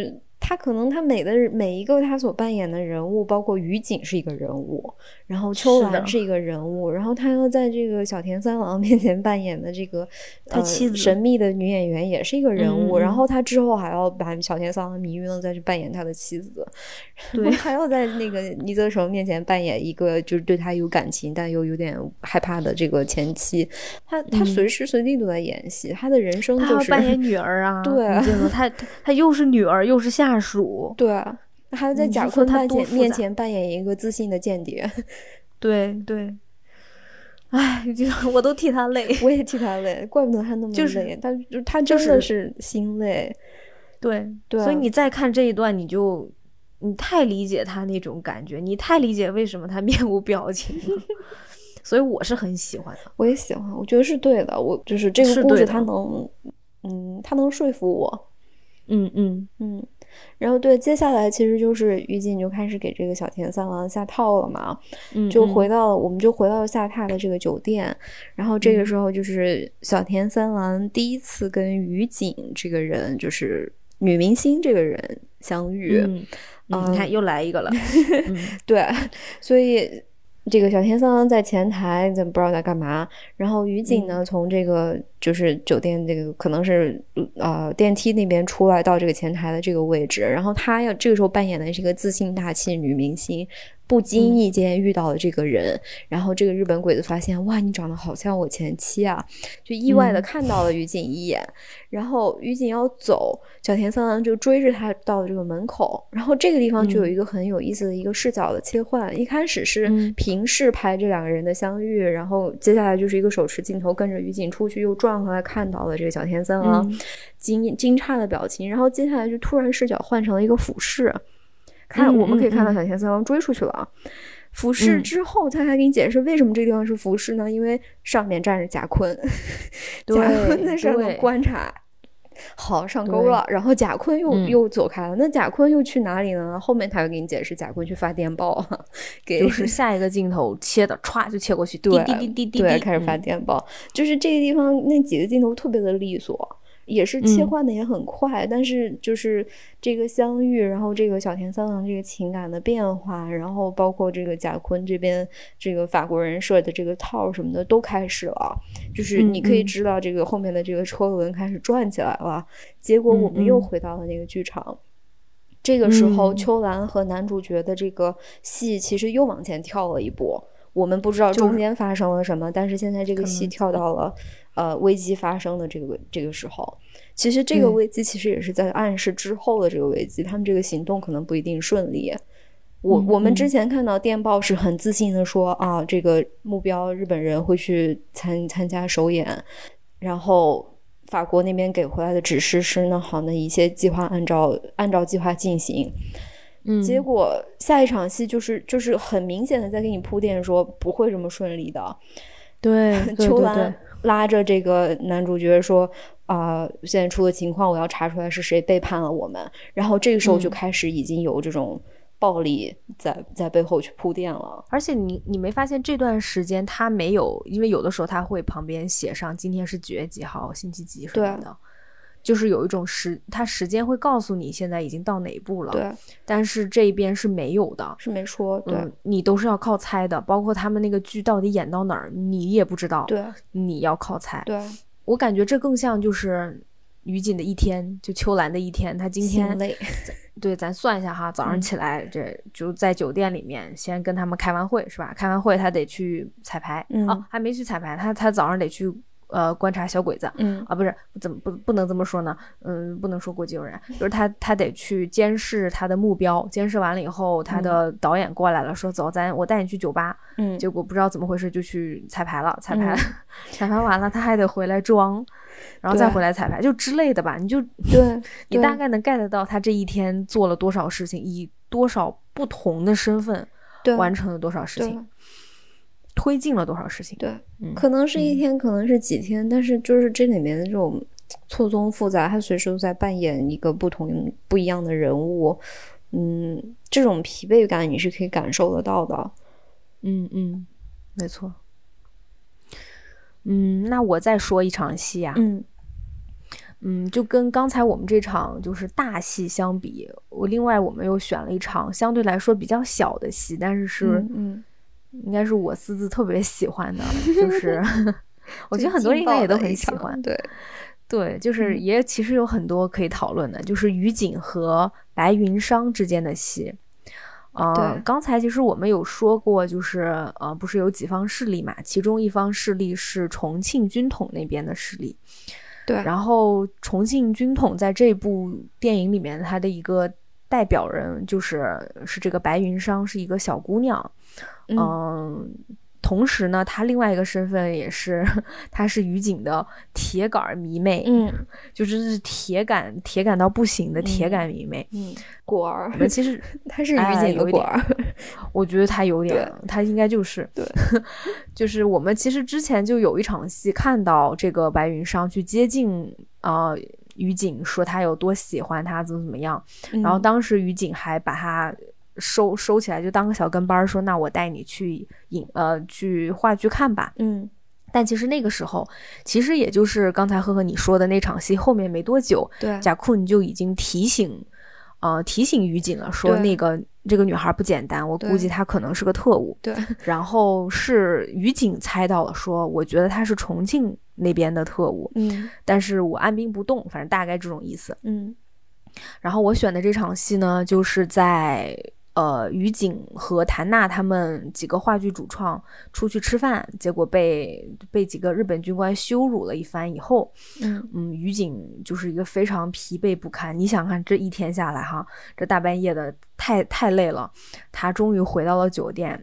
他可能他每一个他所扮演的人物，包括于景是一个人物，然后秋兰是一个人物，然后他要在这个小田三郎面前扮演的这个他妻子神秘的女演员也是一个人物，然后他之后还要把小田三郎迷晕了再去扮演他的妻子， 对， 还要在那个倪泽成面前扮演一个就是对他有感情但又有点害怕的这个前妻，他随时随地都在演戏，他的人生就是他要扮演女儿啊， 对， 他又是女儿又是下属， 对，还要在贾坤面前扮演一个自信的间谍， 对对，哎，我都替他累， 我也替他累，怪不得他那么累，他真的是心累， 对，所以你再看这一段，你太理解他那种感觉，你太理解为什么他面无表情了。所以我是很喜欢的， 我也喜欢，我觉得是对的。我就是这个故事，它能，它能说服我。然后对，接下来其实就是于景就开始给这个小田三郎下套了嘛，我们就回到了下榻的这个酒店，然后这个时候就是小田三郎第一次跟于景这个人，就是女明星这个人相遇。 你看又来一个了。 对，所以这个小田三郎在前台不知道在干嘛，然后于景呢从这个就是酒店这个可能是电梯那边出来到这个前台的这个位置，然后他这个时候扮演的是一个自信大气女明星，不经意间遇到了这个人，然后这个日本鬼子发现，哇，你长得好像我前妻啊，就意外的看到了于景一眼，然后于景要走，小田三郎就追着他到了这个门口，然后这个地方就有一个很有意思的一个视角的切换，一开始是平视拍这两个人的相遇，然后接下来就是一个手持镜头跟着于景出去，又转回来看到了这个小田三郎惊诧的表情，然后接下来就突然视角换成了一个俯视，我们可以看到小田三郎追出去了，俯视之后他还给你解释为什么这个地方是俯视呢，因为上面站着贾坤，贾坤在上面观察，好上钩了，然后贾坤又走开了，那贾坤又去哪里呢？后面他又给你解释贾坤去发电报， 就是下一个镜头切的歘就切过去，滴滴滴滴滴， 对，开始发电报，就是这个地方那几个镜头特别的利索，也是切换的也很快，但是就是这个相遇，然后这个小田三郎这个情感的变化，然后包括这个贾坤这边这个法国人设的这个套什么的都开始了，就是你可以知道这个后面的这个车轮开始转起来了，结果我们又回到了那个剧场，这个时候秋兰和男主角的这个戏其实又往前跳了一步，我们不知道中间发生了什么，但是现在这个戏跳到了危机发生的这个时候，其实这个危机其实也是在暗示之后的这个危机，他们这个行动可能不一定顺利。我们之前看到电报是很自信的说啊，这个目标日本人会去参加首演，然后法国那边给回来的指示是那好，那一切计划按照计划进行。结果下一场戏就是很明显的在给你铺垫说不会这么顺利的。 对， 秋兰拉着这个男主角说现在出了情况，我要查出来是谁背叛了我们，然后这个时候就开始已经有这种暴力在背后去铺垫了。 而且你没发现这段时间他没有，因为有的时候他会旁边写上今天是几月几号星期几什么的，就是有一种他时间会告诉你现在已经到哪一步了， 对， 但是这一边是没有的， 是没说，对， 你都是要靠猜的，包括他们那个剧到底演到哪儿你也不知道， 对， 你要靠猜。 对， 我感觉这更像就是于锦的一天，就秋兰的一天，他今天累， 对，咱算一下哈，早上起来这就在酒店里面先跟他们开完会是吧？开完会他得去彩排，还没去彩排，他早上得去观察小鬼子，不是怎么不能这么说呢？不能说过激诱人，就是他得去监视他的目标，监视完了以后，他的导演过来了，说走，我带你去酒吧，结果不知道怎么回事就去彩排了，彩排完了他还得回来装，然后再回来彩排，就之类的吧，你就对， 你大概能 get 到他这一天做了多少事情，以多少不同的身份完成了多少事情。推进了多少事情？ 对，可能是一天，可能是几天，但是就是这里面的这种错综复杂，他随时都在扮演一个不一样的人物，这种疲惫感你是可以感受得到的。 没错。那我再说一场戏啊， 就跟刚才我们这场就是大戏相比，另外我们又选了一场相对来说比较小的戏，但是应该是我私自特别喜欢的，就是我觉得很多人应该也都很喜欢。对，就是也其实有很多可以讨论的，就是于景和白云商之间的戏。刚才其实我们有说过，就是不是有几方势力嘛，其中一方势力是重庆军统那边的势力。 对， 然后重庆军统在这部电影里面，他的一个代表人是这个白云商，是一个小姑娘。同时呢，她另外一个身份也是，她是于景的铁杆迷妹，就是铁杆到不行的铁杆迷妹， 果儿。 其实她是于景的果儿， 我觉得她有点，她应该就是对， 就是我们其实之前就有一场戏看到这个白云商去接近于景，说他有多喜欢他，怎么样，然后当时于景还把他收起来，就当个小跟班，说那我带你去去话剧看吧。但其实那个时候，其实也就是刚才赫赫你说的那场戏后面没多久， 对， 贾库你就已经提醒于景了，说这个女孩不简单，我估计她可能是个特务。 对， 然后是于景猜到了，说我觉得她是重庆那边的特务，但是我按兵不动，反正大概这种意思。然后我选的这场戏呢，就是在于景和谭娜他们几个话剧主创出去吃饭，结果被几个日本军官羞辱了一番以后，于景就是一个非常疲惫不堪。你想看这一天下来哈，这大半夜的太累了，他终于回到了酒店，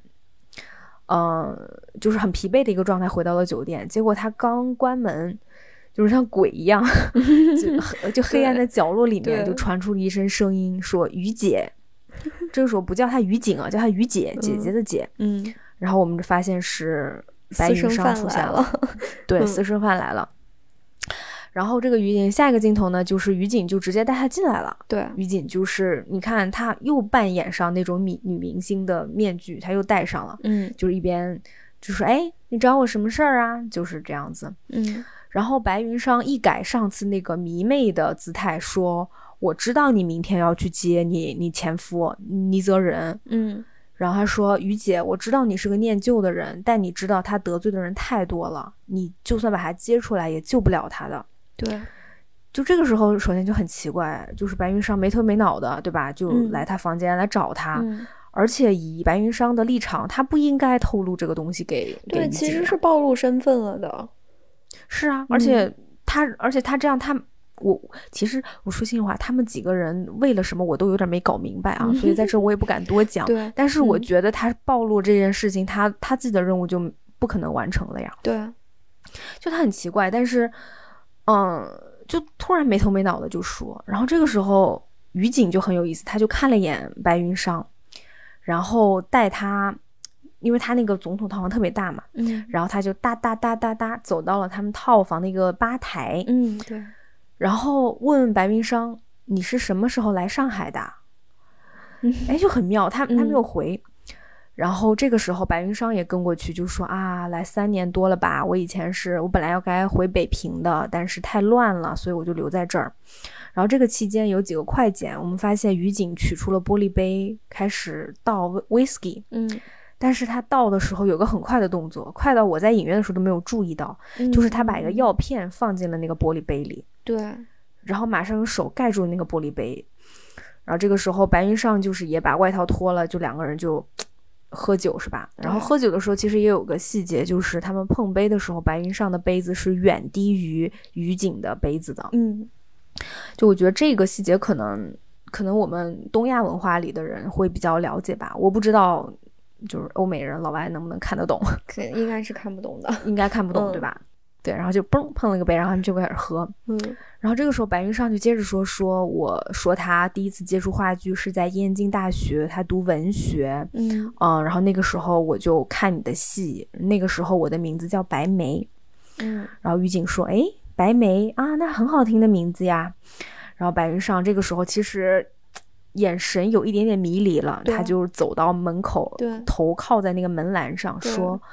就是很疲惫的一个状态回到了酒店，结果他刚关门，就是像鬼一样就黑暗的角落里面就传出了一声声音，说于姐。这个时候不叫她于景啊，叫她于姐，姐姐的姐。然后我们就发现是白云商出现了，对，私生饭来了。然后这个于景下一个镜头呢，就是于景就直接带她进来了。 对， 于景就是你看她又扮演上那种女明星的面具，她又戴上了，就是一边就说哎，你找我什么事儿啊？就是这样子。然后白云商一改上次那个迷妹的姿态，说我知道你明天要去接你前夫倪泽仁，然后他说于姐，我知道你是个念旧的人，但你知道他得罪的人太多了，你就算把他接出来也救不了他的。 对， 就这个时候首先就很奇怪，就是白云商没头没脑的，对吧，就来他房间来找他，而且以白云商的立场，他不应该透露这个东西给对，其实是暴露身份了的。 是啊，而且他这样，其实我说心里话，他们几个人为了什么我都有点没搞明白啊，所以在这我也不敢多讲。 对， 但是我觉得他暴露这件事情，他自己的任务就不可能完成了呀。 对， 就他很奇怪，但是就突然没头没脑的就说，然后这个时候于景就很有意思，他就看了一眼白云商，然后带他。因为他那个总统套房特别大嘛，然后他就哒走到了他们套房的一个吧台， 对， 然后问白云商你是什么时候来上海的？哎，就很妙，他没有回。然后这个时候白云商也跟过去，就说啊，来3年多了吧，我本来要该回北平的，但是太乱了，所以我就留在这儿。然后这个期间有几个快剪，我们发现于景取出了玻璃杯，开始倒 whisky，但是他倒的时候有个很快的动作，快到我在影院的时候都没有注意到，就是他把一个药片放进了那个玻璃杯里， 对， 然后马上用手盖住那个玻璃杯，然后这个时候白云商就是也把外套脱了，就2个人就喝酒是吧？然后喝酒的时候其实也有个细节，就是他们碰杯的时候，白云商的杯子是远低于于景的杯子的，就我觉得这个细节可能我们东亚文化里的人会比较了解吧，我不知道就是欧美人老外能不能看得懂， 应该是看不懂的， 应该看不懂，对吧？对，然后就嘣碰了个杯，然后他们就开始喝，然后这个时候白云商就接着说我说他第一次接触话剧是在燕京大学，他读文学，然后那个时候我就看你的戏，那个时候我的名字叫白梅，然后于景说，哎，白梅啊，那很好听的名字呀。然后白云商这个时候其实眼神有一点点迷离了，他就走到门口，头靠在那个门栏上说，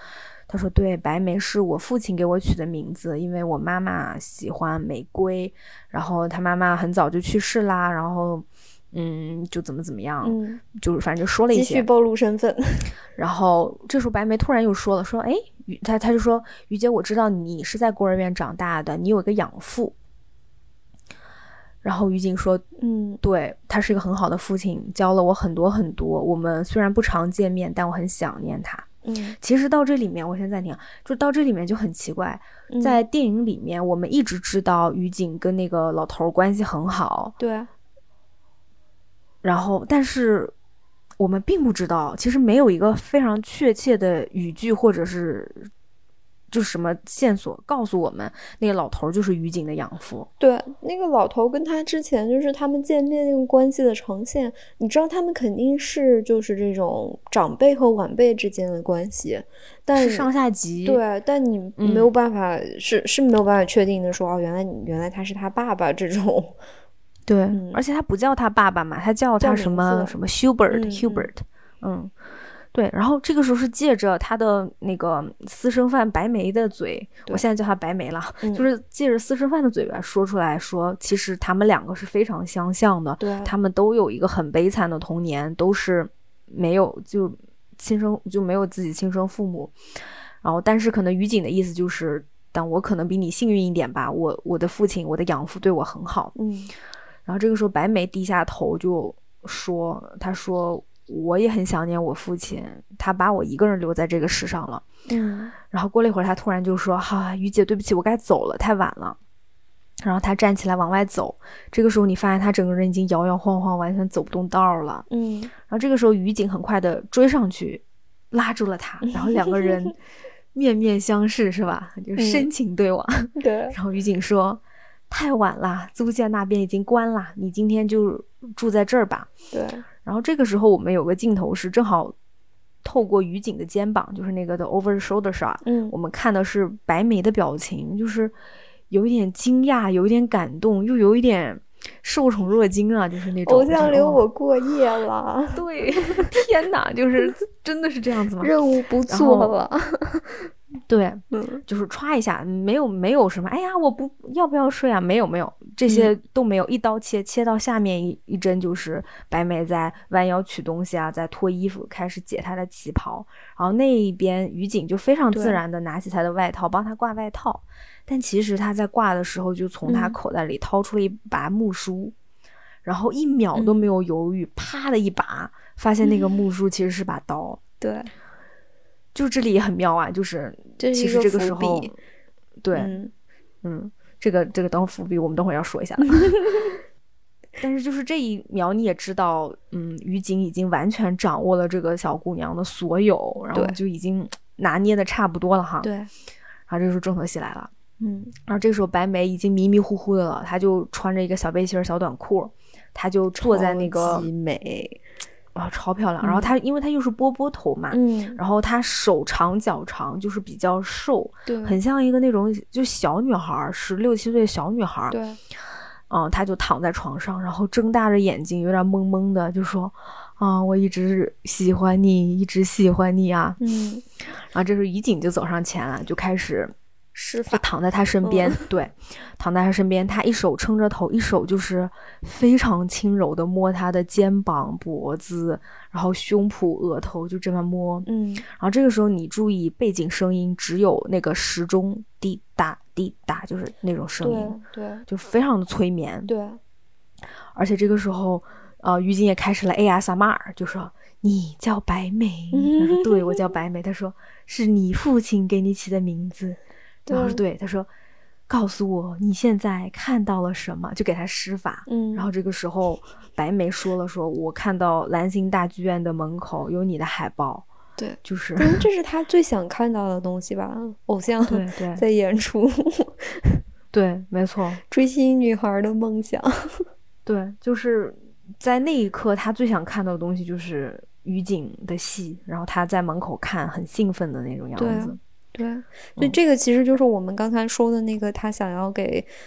他说对，白梅是我父亲给我取的名字，因为我妈妈喜欢玫瑰，然后他妈妈很早就去世啦，然后就怎么样，就是反正就说了一些， 继续暴露身份。 然后这时候白梅突然又说了，说哎，他就说于姐，我知道你是在孤儿院长大的，你有一个养父。然后于景说对，他是一个很好的父亲，教了我很多很多，我们虽然不常见面，但我很想念他。其实到这里面我先暂停，就到这里面就很奇怪，在电影里面我们一直知道于景跟那个老头关系很好， 对， 然后但是我们并不知道，其实没有一个非常确切的语句或者是就是什么线索告诉我们那个老头就是于景的养父。 对，那个老头跟他之前就是他们见面那个关系的呈现，你知道他们肯定是就是这种长辈和晚辈之间的关系，但是上下级。 对，但你没有办法、是没有办法确定的说哦，原来他是他爸爸这种。 对，而且他不叫他爸爸嘛，他叫他什么什么 Hubert。对，然后这个时候是借着他的那个私生饭白梅的嘴，我现在叫他白梅了，就是借着私生饭的嘴巴说出来说，其实他们两个是非常相像的， 对， 他们都有一个很悲惨的童年，都是没有没有自己亲生父母，然后但是可能于景的意思就是，但我可能比你幸运一点吧，我的父亲，我的养父对我很好，然后这个时候白梅低下头就说，他说我也很想念我父亲，他把我一个人留在这个世上了。然后过了一会儿，他突然就说：“于姐，对不起，我该走了，太晚了。”然后他站起来往外走。这个时候，你发现他整个人已经摇摇晃晃，完全走不动道了。然后这个时候，于景很快的追上去，拉住了他，然后两个人面面相视，是吧？就深情对望。 对。 然后于景说：“太晚了，租界那边已经关了，你今天就住在这儿吧。” 对。 然后这个时候我们有个镜头是正好透过于景的肩膀，就是那个的 over shoulder shot，我们看的是白梅的表情，就是有一点惊讶，有一点感动，又有一点受宠若惊啊，就是那种偶像留我过夜了。 对，天哪，就是真的是这样子吗？ 任务不做了。 对，就是歘一下，没有什么，哎呀，我要不要睡啊？没有，这些都没有，一刀切到下面一帧，就是白梅在弯腰取东西啊，在脱衣服，开始解她的旗袍，然后那一边于景就非常自然的拿起她的外套，帮她挂外套，但其实她在挂的时候就从她口袋里掏出了一把木梳，然后1秒都没有犹豫，啪的一拔，发现那个木梳其实是把刀。 对。 就这里也很妙啊，就是其实这个时候，对，这个等会伏笔我们等会儿要说一下。但是就是这一秒你也知道，于景已经完全掌握了这个小姑娘的所有，然后就已经拿捏的差不多了哈。 对。 然后这个时候重头戏来了，然后这个时候白梅已经迷迷糊糊的了，她就穿着一个小背心小短裤，她就坐在那个超级美。 超漂亮。然后她因为她又是波头嘛，然后她手长脚长，就是比较瘦， 对， 很像一个那种就小女孩，16、17岁的小女孩。 对， 她就躺在床上，然后睁大着眼睛，有点懵懵的，就说：“我一直喜欢你，一直喜欢你啊。”然后这时候于景就走上前了，就开始施法， 躺在他身边，对，躺在他身边，他一手撑着头，一手就是非常轻柔的摸他的肩膀、脖子，然后胸脯、额头，就这么摸。然后这个时候你注意背景声音，只有那个时钟滴答滴答，就是那种声音， 对， 就非常的催眠。 对， 而且这个时候，于景也开始了 ASMR，就说：“你叫白梅。”他说：“对，我叫白梅。”他说：“是你父亲给你起的名字。”然后说对，他说：“告诉我你现在看到了什么？”就给他施法。然后这个时候白梅说了说：“我看到兰心大剧院的门口有你的海报。” 对， 就是这是他最想看到的东西吧？偶像对在演出。 对，没错， 追星女孩的梦想。 对，就是在那一刻他最想看到的东西就是于景的戏，然后他在门口看很兴奋的那种样子。 对，所以这个其实就是我们刚才说的那个他想要给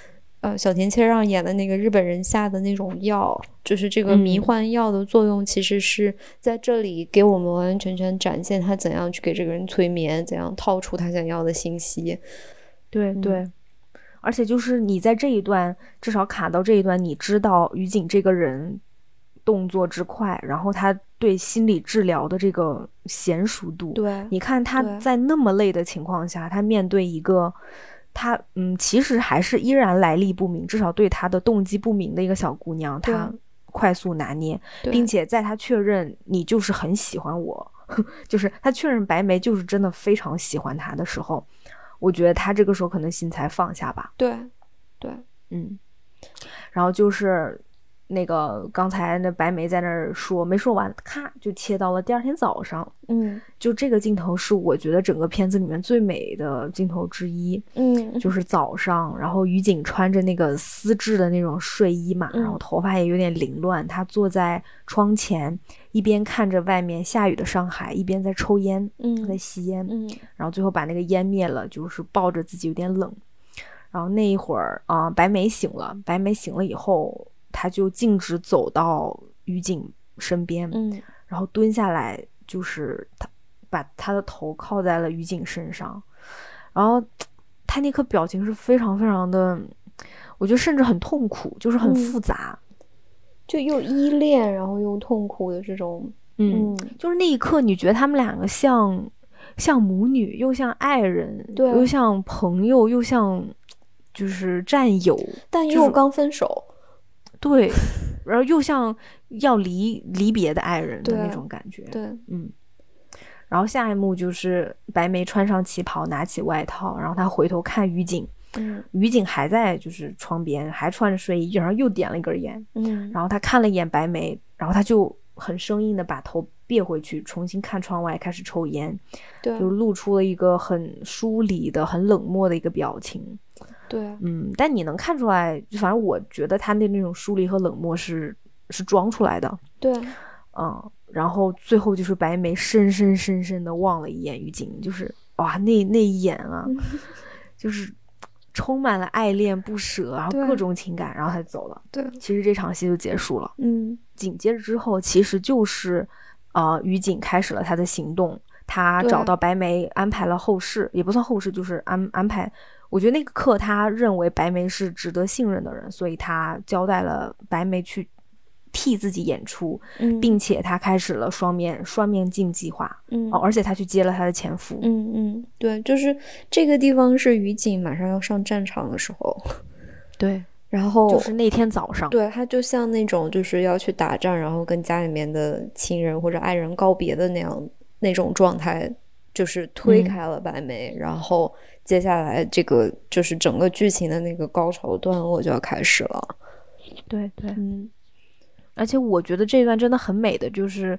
小田切让演的那个日本人下的那种药，就是这个迷幻药的作用，其实是在这里给我们完完全全展现他怎样去给这个人催眠，怎样套出他想要的信息。 对对，而且就是你在这一段至少卡到这一段，你知道于景这个人动作之快，然后他对心理治疗的这个娴熟度。 对， 你看他在那么累的情况下，他面对一个他其实还是依然来历不明，至少对他的动机不明的一个小姑娘，他快速拿捏，并且在他确认你就是很喜欢我，就是他确认白眉就是真的非常喜欢他的时候，我觉得他这个时候可能心才放下吧。 对对， 然后就是那个刚才那白眉在那儿说没说完，咔就切到了第二天早上。就这个镜头是我觉得整个片子里面最美的镜头之一。就是早上，然后于景穿着那个丝质的那种睡衣嘛，然后头发也有点凌乱，他坐在窗前，一边看着外面下雨的上海，一边在抽烟，在吸烟，然后最后把那个烟灭了，就是抱着自己有点冷。然后那一会儿白眉醒了，白眉醒了以后，他就径直走到于景身边，然后蹲下来，就是他把他的头靠在了于景身上，然后他那颗表情是非常非常的，我觉得甚至很痛苦，就是很复杂， 就又依恋然后又痛苦的这种。 就是那一刻你觉得他们两个像母女，又像爱人，又像朋友，又像就是战友， 但又刚分手， 对，然后又像要离别的爱人的那种感觉。 对， 然后下一幕就是白眉穿上旗袍，拿起外套，然后他回头看于景，于景还在就是窗边，还穿着睡衣，然后又点了一根烟，然后他看了一眼白眉，然后他就很生硬的把头别回去，重新看窗外，开始抽烟，就露出了一个很疏离的、很冷漠的一个表情。 对， 但你能看出来，反正我觉得他的那种疏离和冷漠是装出来的。 对， 然后最后就是白眉深深的望了一眼于景，就是哇，那一眼啊，就是充满了爱恋不舍，然后各种情感，然后他走了。 对， 其实这场戏就结束了。紧接着之后，其实就是于景开始了他的行动，他找到白眉，安排了后事，也不算后事，就是安排。我觉得那个刻他认为白眉是值得信任的人，所以他交代了白眉去替自己演出，并且他开始了双面镜计划，而且他去接了他的前夫。 对，就是这个地方是于景马上要上战场的时候， 对， 然后就是那天早上， 对，他就像那种就是要去打仗，然后跟家里面的亲人或者爱人告别的那种状态，就是推开了白眉，然后接下来这个就是整个剧情的那个高潮段落就要开始了。 对，而且我觉得这段真的很美的就是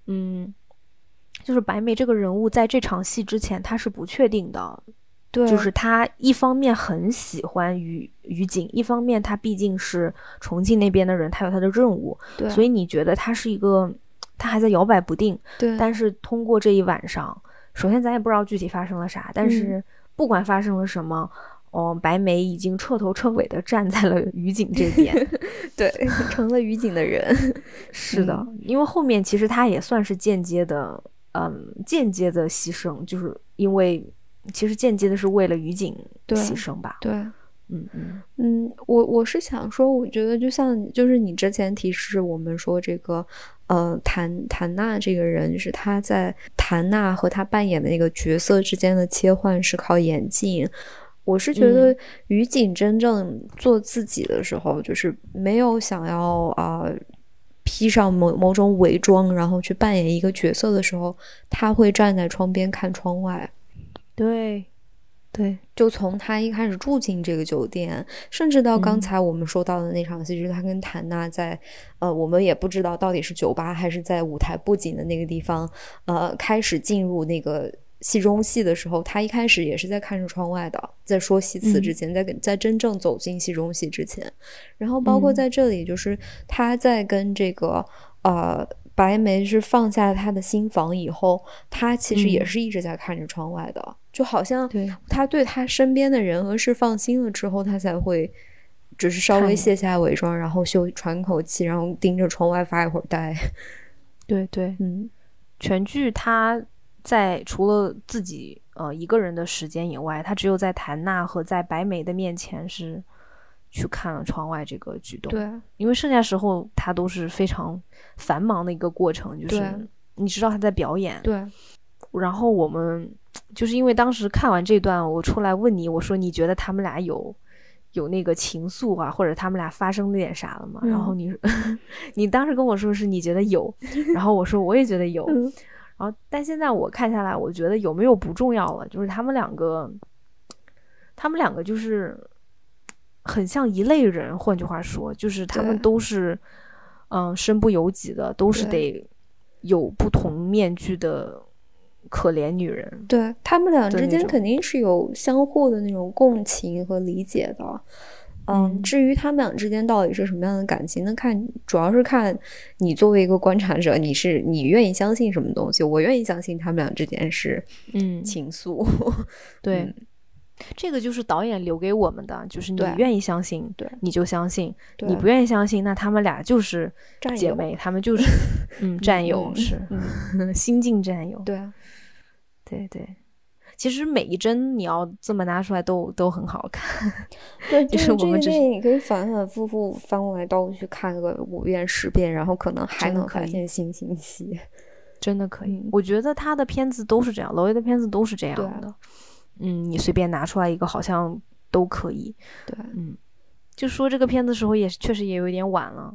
就是白眉这个人物在这场戏之前他是不确定的。对，就是他一方面很喜欢于景，一方面他毕竟是重庆那边的人，他有他的任务，对，所以你觉得他是一个他还在摇摆不定。 对， 但是通过这一晚上，首先咱也不知道具体发生了啥，但是不管发生了什么，白眉已经彻头彻尾的站在了于景这边。 对，成了于景的人。 是的，因为后面其实他也算是间接的牺牲，就是因为其实间接的是为了于景牺牲吧。 对，我是想说，我觉得就是你之前提示我们说这个谭娜这个人，就是他在谭娜和他扮演的那个角色之间的切换是靠演技。我是觉得于景真正做自己的时候，就是没有想要披上某种伪装，然后去扮演一个角色的时候，他会站在窗边看窗外。 对， 就从他一开始住进这个酒店，甚至到刚才我们说到的那场戏，就是他跟谭娜在我们也不知道到底是酒吧还是在舞台布景的那个地方开始进入那个戏中戏的时候，他一开始也是在看着窗外的，在说戏词之前，在真正走进戏中戏之前，然后包括在这里，就是他在跟这个白眉是放下他的心房以后，他其实也是一直在看着窗外的，就好像他对他身边的人和事放心了之后，他才会只是稍微卸下伪装，然后喘口气，然后盯着窗外发一会儿呆。 对对，全剧他在除了自己一个人的时间以外，他只有在谭娜和在白眉的面前是去看了窗外这个举动。 对， 因为剩下时候他都是非常繁忙的一个过程，就是你知道他在表演。 对， 然后我们就是因为当时看完这段，我出来问你，我说你觉得他们俩有那个情愫啊，或者他们俩发生了点啥了吗？然后你当时跟我说是你觉得有，然后我说我也觉得有。然后但现在我看下来，我觉得有没有不重要了，就是他们两个就是很像一类人，换句话说就是他们都是身不由己的，都是得有不同面具的可怜女人。 对，他们俩之间肯定是有相互的那种共情和理解的。至于他们俩之间到底是什么样的感情，那主要是看你作为一个观察者，你愿意相信什么东西。我愿意相信他们俩之间是情愫。 对，这个就是导演留给我们的，就是你愿意相信，对，你就相信；你不愿意相信，那他们俩就是姐妹，他们就是战友，是新晋战友。 对， 对对。其实每一帧你要这么拿出来都很好看。 对， 就是我们这个电影可以反反复复翻过来倒过去看个5遍10遍，然后可能还能发现新信息。 真的可以。我觉得他的片子都是这样，娄烨的片子都是这样的。你随便拿出来一个好像都可以。 对， 就说这个片子的时候确实也有一点晚了。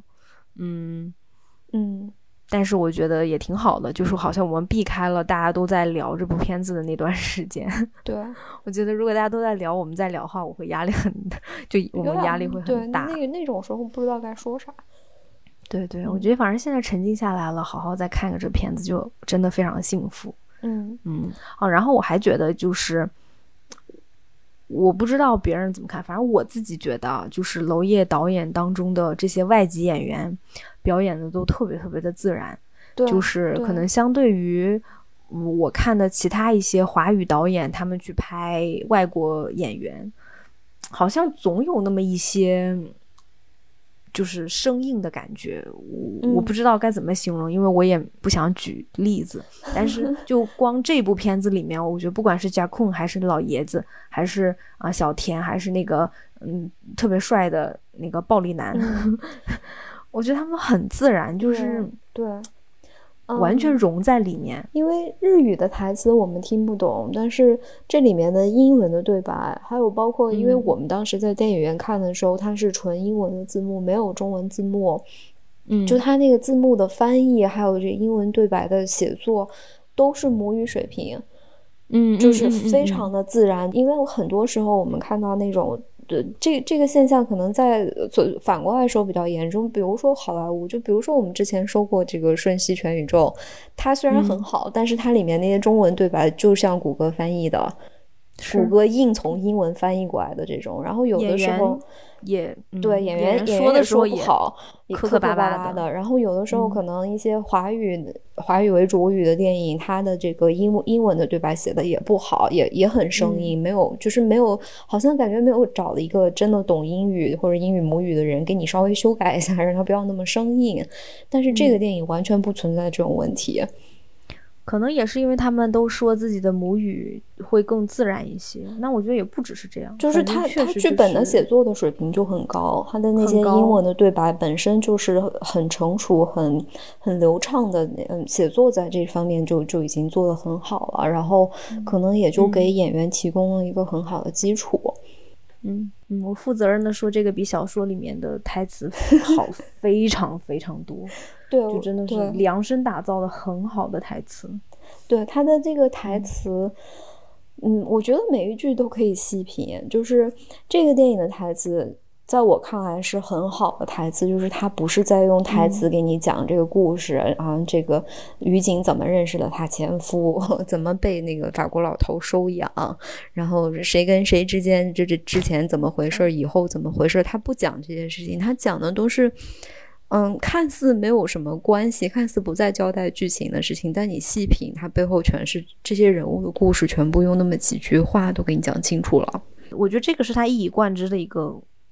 但是我觉得也挺好的，就是好像我们避开了大家都在聊这部片子的那段时间。 对， 我觉得如果大家都在聊，我们在聊的话，我会压力很大，就我们压力会很大。 对，那种时候不知道该说啥。 对对，我觉得反正现在沉浸下来了，好好再看个这片子，就真的非常幸福。然后我还觉得就是我不知道别人怎么看，反正我自己觉得就是娄烨导演当中的这些外籍演员表演的都特别特别的自然。就是可能相对于我看的其他一些华语导演，他们去拍外国演员好像总有那么一些就是生硬的感觉。我不知道该怎么形容，因为我也不想举例子，但是就光这部片子里面，我觉得不管是贾控还是老爷子，还是小田，还是那个特别帅的那个暴力男，我觉得他们很自然，就是对完全融在里面。 因为日语的台词我们听不懂，但是这里面的英文的对白，还有包括因为我们当时在电影院看的时候，它是纯英文的字幕，没有中文字幕。就它那个字幕的翻译，还有这英文对白的写作，都是母语水平。就是非常的自然。因为很多时候我们看到那种这个现象可能在反过来说比较严重，比如说好莱坞，就比如说我们之前说过这个《瞬息全宇宙》，它虽然很好，但是它里面那些中文对白就像谷歌翻译的，谷歌硬从英文翻译过来的这种，然后有的时候也对演员说的时候也不好，也磕巴巴的。然后有的时候可能一些华语为主语的电影，它的这个英文的对白写的也不好，也很生硬，没有好像感觉没有找了一个真的懂英语或者英语母语的人给你稍微修改一下，让它不要那么生硬。但是这个电影完全不存在这种问题。 可能也是因为他们都说自己的母语会更自然一些，那我觉得也不只是这样， 就是他剧本的写作的水平就很高，他的那些英文的对白本身就是很成熟、很流畅的，写作在这方面就已经做得很好了，然后可能也就给演员提供了一个很好的基础。 我负责任的说，这个比小说里面的台词好非常非常多。 对， 就真的是量身打造的很好的台词。 对，他的这个台词我觉得每一句都可以细品，就是这个电影的台词在我看来是很好的台词，就是他不是在用台词给你讲这个故事这个于景怎么认识了他前夫，怎么被那个法国老头收养，然后谁跟谁之间这之前怎么回事，以后怎么回事，他不讲这些事情，他讲的都是看似没有什么关系，看似不再交代剧情的事情，但你细品它背后全是这些人物的故事，全部用那么几句话都给你讲清楚了。 我觉得这个是他一以贯之的一个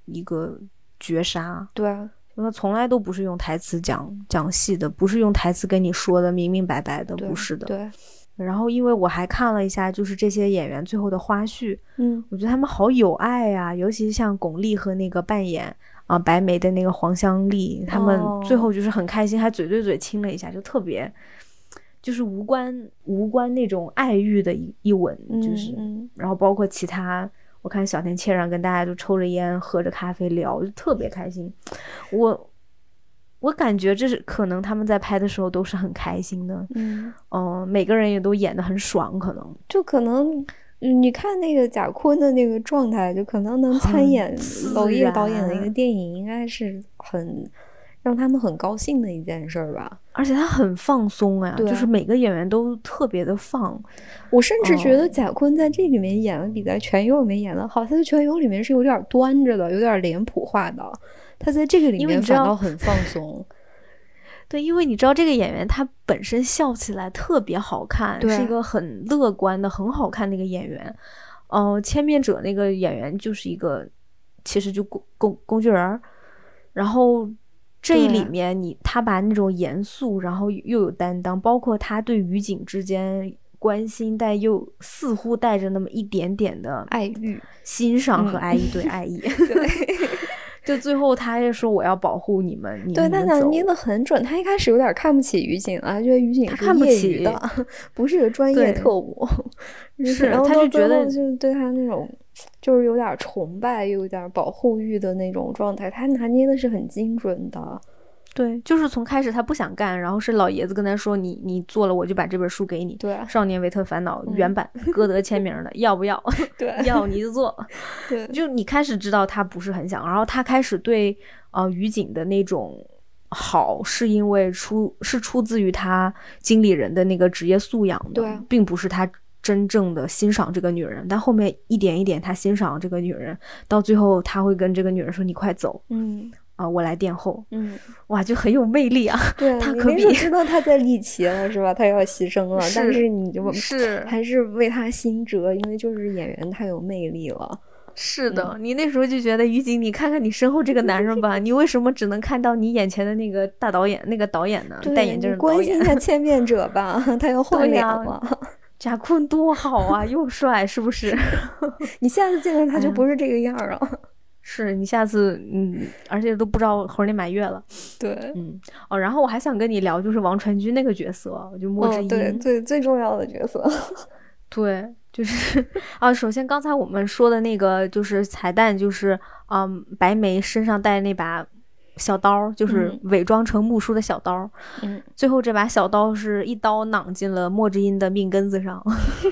一个绝杀。 对啊， 他从来都不是用台词讲戏的，不是用台词跟你说的明明白白的，不是的。 对。 然后因为我还看了一下就是这些演员最后的花絮，我觉得他们好有爱呀，尤其是像巩俐和那个扮演白眉的那个黄香丽，他们最后就是很开心，还嘴对嘴亲了一下，就特别就是无关那种爱欲的一吻，就是然后包括其他，我看小田切让跟大家就抽着烟喝着咖啡聊，就特别开心。我感觉这是可能他们在拍的时候都是很开心的，每个人也都演得很爽，可能就可能你看那个贾坤的那个状态，就可能能参演娄烨导演的一个电影，应该是很让他们很高兴的一件事吧。 而且他很放松呀，就是每个演员都特别的放。 我甚至觉得贾坤在这里面演的比在《全游》里面演的好，他在《全游》里面是有点端着的，有点脸谱化的。他在这个里面反倒很放松。 对，因为你知道这个演员他本身笑起来特别好看，是一个很乐观的很好看的一个演员。千面者那个演员就是一个其实就工具人，然后这里面他把那种严肃然后又有担当，包括他对于景之间关心但又似乎带着那么一点点的爱欲欣赏和爱意，对爱意对就最后他就说我要保护你们， 对，他拿捏的很准。他一开始有点看不起于景啊，觉得于景是业余的，不是个专业特务， 是， 然后他就觉得就对他那种就是有点崇拜又有点保护欲的那种状态，他拿捏的是很精准的。 对，就是从开始他不想干，然后是老爷子跟他说你做了我就把这本书给你。 对， 少年维特烦恼原版歌德签名的要不要？ 对， 要你就做。 对， 就你开始知道他不是很想，然后他开始对于景的那种好是因为出自于他经理人的那个职业素养的， 对， 并不是他真正的欣赏这个女人。但后面一点一点他欣赏这个女人，到最后他会跟这个女人说你快走，我来殿后。哇，就很有魅力啊。 对， 他可比你知道他在立旗了是吧？他要牺牲了，但是你就是还是为他心折，因为就是演员太有魅力了。 是的，你那时候就觉得于景，你看看你身后这个男人吧，你为什么只能看到你眼前的那个大导演那个导演呢？戴眼镜的导演。 关心一下千面者吧，他要换脸了。 贾坤多好啊，又帅，是不是？ 你下次见到他就不是这个样了。 是你下次而且都不知道猴年马月了。 对， 然后我还想跟你聊，就是王传君那个角色，就莫之音， 对，最重要的角色。 对，就是首先刚才我们说的那个就是彩蛋，就是白眉身上带那把小刀，就是伪装成木梳的小刀。最后这把小刀是一刀攮进了莫之音的命根子上。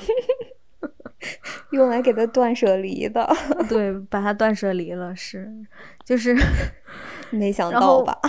用来给他断舍离的。 对，把他断舍离了，就是没想到吧。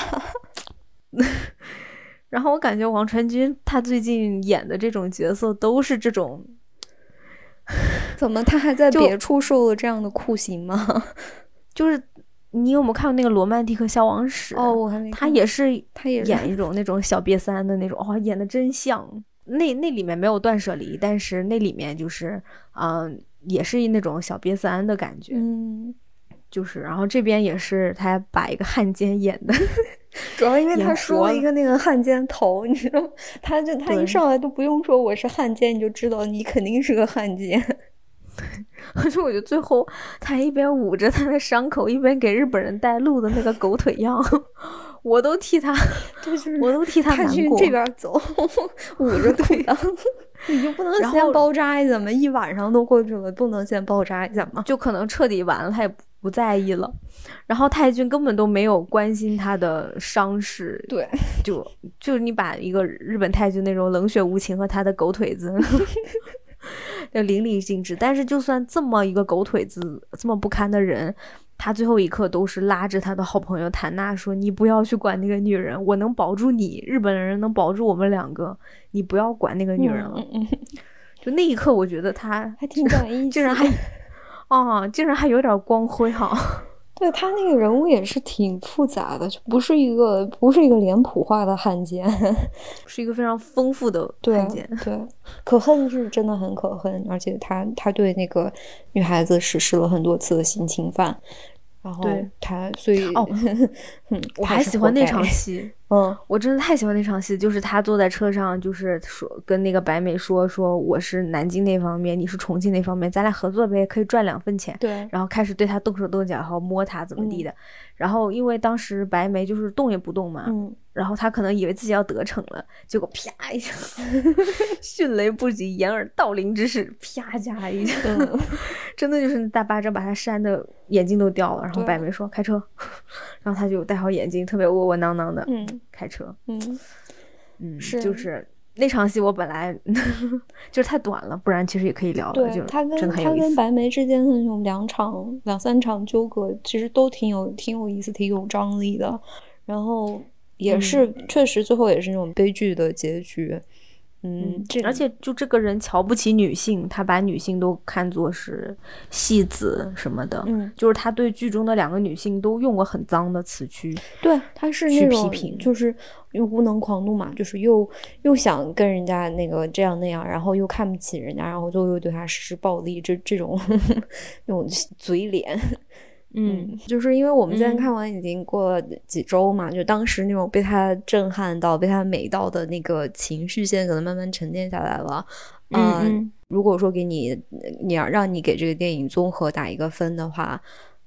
然后我感觉王传君他最近演的这种角色都是这种， 怎么他还在别处受了这样的酷刑吗？ 就是你有没有看过那个《罗曼蒂克消亡史》？ 我还没看。 他也演一种那种小瘪三的那种，演的真像。那里面没有断舍离，但是那里面就是也是那种小瘪三的感觉。就是然后这边也是他把一个汉奸演的主要因为他说了一个那个汉奸头，你知道他一上来都不用说我是汉奸，你就知道你肯定是个汉奸。 而且我觉得最后他一边捂着他的伤口，一边给日本人带路的那个狗腿样，我都替他难过。 他去这边走，捂着裤裆，你就不能先包扎一下吗？一晚上都过去了，不能先包扎一下吗？ 就可能彻底完了，他也不在意了。然后太君根本都没有关心他的伤势。 对， 就你把一个日本太君那种冷血无情和他的狗腿子就淋漓尽致。但是就算这么一个狗腿子，这么不堪的人，他最后一刻都是拉着他的好朋友谭娜说，你不要去管那个女人，我能保住你，日本人能保住我们两个，你不要管那个女人了。就那一刻我觉得他还挺讲义气， 竟然还有点光辉哈。 对，他那个人物也是挺复杂的，就不是一个脸谱化的汉奸， 是一个非常丰富的汉奸。 对，可恨是真的很可恨，而且他对那个女孩子实施了很多次的性侵犯。 然后他所以我还喜欢那场戏。我真的太喜欢那场戏，就是他坐在车上，就是说跟那个白美说我是南京那方面，你是重庆那方面，咱俩合作呗，可以赚2份钱。 对， 然后开始对他动手动脚，然后摸他怎么地的。然后因为当时白梅就是动也不动嘛，然后他可能以为自己要得逞了，结果啪一下，迅雷不及掩耳盗铃之势，啪加一下，真的就是大巴掌把他扇的眼睛都掉了。然后白梅说开车，然后他就戴好眼镜，特别窝窝囊囊的开车。 是就是那场戏我本来就是太短了，不然其实也可以聊的。就他真的很有意思。 他跟白梅之间的那种2、3场纠葛，其实都挺有意思，挺有张力的。然后也是、确实最后也是那种悲剧的结局。 而且就这个人瞧不起女性，他把女性都看作是戏子什么的。就是他对剧中的2个女性都用过很脏的词去， 对，他是那种批评， 就是又无能狂怒嘛，就是又想跟人家那个这样那样，然后又看不起人家，然后就又对他实施暴力，这种那种嘴脸。就是因为我们现在看完已经过了几周嘛，就当时那种被他震撼到、被他美到的那个情绪，现在可能慢慢沉淀下来了。如果说给你要让你给这个电影综合打一个分的话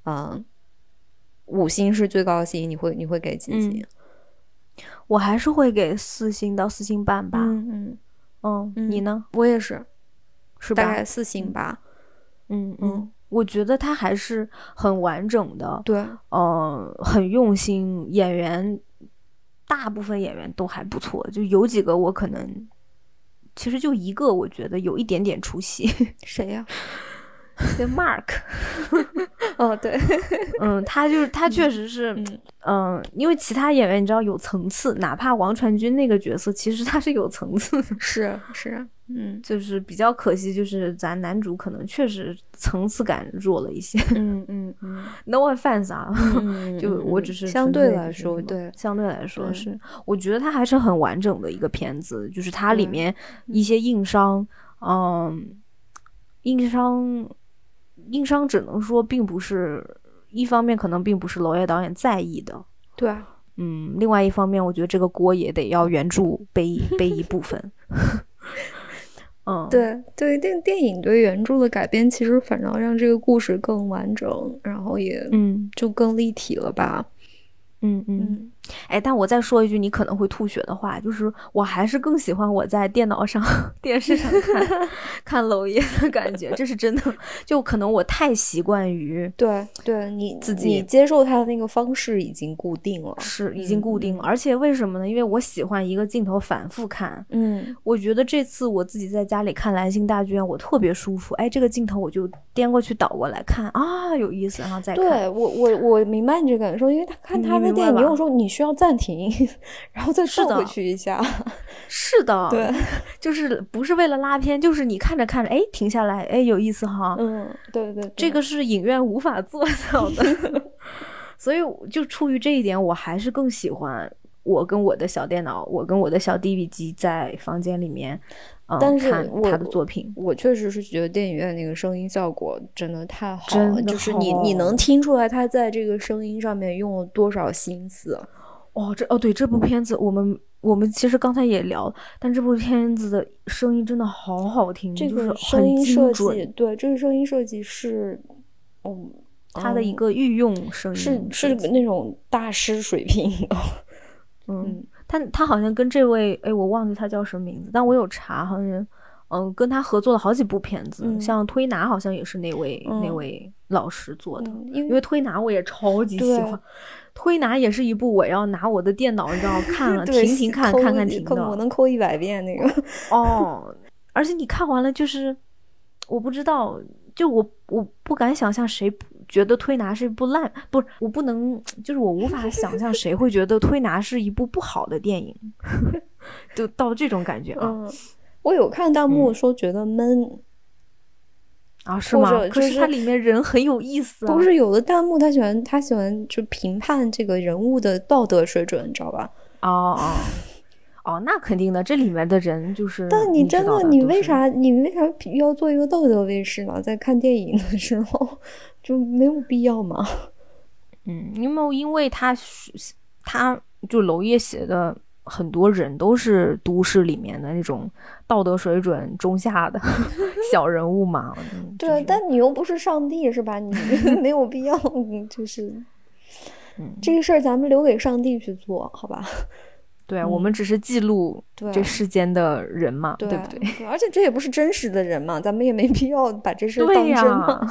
，5星是最高星，你会给几星？ 我还是会给4星到4星半吧。你呢？ 我也是吧？ 大概4星吧。 我觉得他还是很完整的， 对， 很用心，演员大部分演员都还不错，就有几个我可能其实就一个我觉得有一点点出戏。 谁呀？ 跟 Mark 对他确实是因为其他演员你知道有层次，哪怕王传君那个角色其实他是有层次的。 是就是比较可惜，就是咱男主可能确实层次感弱了一些。No offense 啊，就我只是相对来说，对， 相对来说是，我觉得它还是很完整的一个片子，就是它里面一些硬伤，硬伤只能说并不是一方面，可能并不是娄烨导演在意的， 对， 另外一方面，我觉得这个锅也得要原著背一部分。 对，电影对原著的改编，其实反倒让这个故事更完整，然后也就更立体了吧。 但我再说一句你可能会吐血的话，就是我还是更喜欢我在电脑上电视上看娄烨的感觉，这是真的。就可能我太习惯于对你自己， 你接受他的那个方式已经固定了， 是已经固定了。而且为什么呢？因为我喜欢一个镜头反复看。我觉得这次我自己在家里看兰心大剧院，我特别舒服。这个镜头我就颠过去倒过来看啊，有意思，然后再看。 对，我明白你这个感受，因为看他的电影，有时候你需要暂停，然后再倒回去一下。 是的， 对， 就是不是为了拉片，就是你看着看着，停下来，有意思哈。 对， 这个是影院无法做到的。所以就出于这一点，我还是更喜欢我跟我的小电脑，我跟我的小 DV 机在房间里面。 但是看他的作品， 我确实是觉得电影院那个声音效果真的太好了，就是你能听出来他在这个声音上面用了多少心思。 对，这部片子我们其实刚才也聊了，但这部片子的声音真的好好听， 这个声音设计， 对，这个声音设计是， 它的一个御用声音是那种大师水平的。 他好像跟这位我忘记他叫什么名字，但我有查，好像跟他合作了好几部片子，像推拿好像也是那位老师做的。因为推拿我也超级喜欢，推拿也是一部我要拿我的电脑你知道看了停看停的， 我能抠100遍那个。 而且你看完了就是我不知道，就我不敢想象谁觉得推拿是一部不是，我不能，就是我无法想象谁会觉得推拿是一部不好的电影。就到这种感觉啊。 我有看弹幕说觉得闷。 是吗？可是它里面人很有意思。 不是，有的弹幕他喜欢就评判这个人物的道德水准，你知道吧？ 那肯定的，这里面的人就是。 但你真的，你为啥要做一个道德卫士呢？在看电影的时候就没有必要吗？ 因为他就娄烨写的很多人都是都市里面的那种道德水准中下的小人物嘛。 对、就是，但你又不是上帝是吧？你没有必要就是这个事儿咱们留给上帝去做好吧。 对、我们只是记录这世间的人嘛， 对不对？ 对，而且这也不是真实的人嘛，咱们也没必要把这事当真嘛。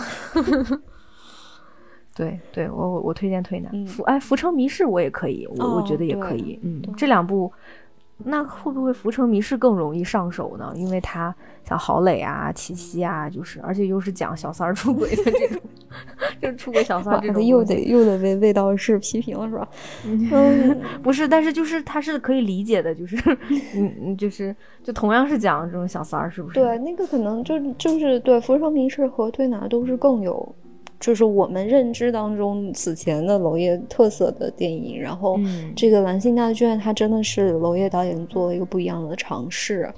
对，我推荐推南。浮城谜事我也可以，我觉得也可以。这两部，那会不会浮城谜事更容易上手呢？因为它像郝蕾啊、齐溪啊，就是而且又是讲小三儿出轨的这种，就是出轨小三儿这种， 又得为味道是批评了是吧？ 不是，但是就是它是可以理解的，就是就同样是讲这种小三儿，是不是？ 对，那个可能就是对浮城谜事和推拿都是更有。就是我们认知当中此前的娄烨特色的电影，然后这个蓝星大剧院它真的是娄烨导演做了一个不一样的尝试。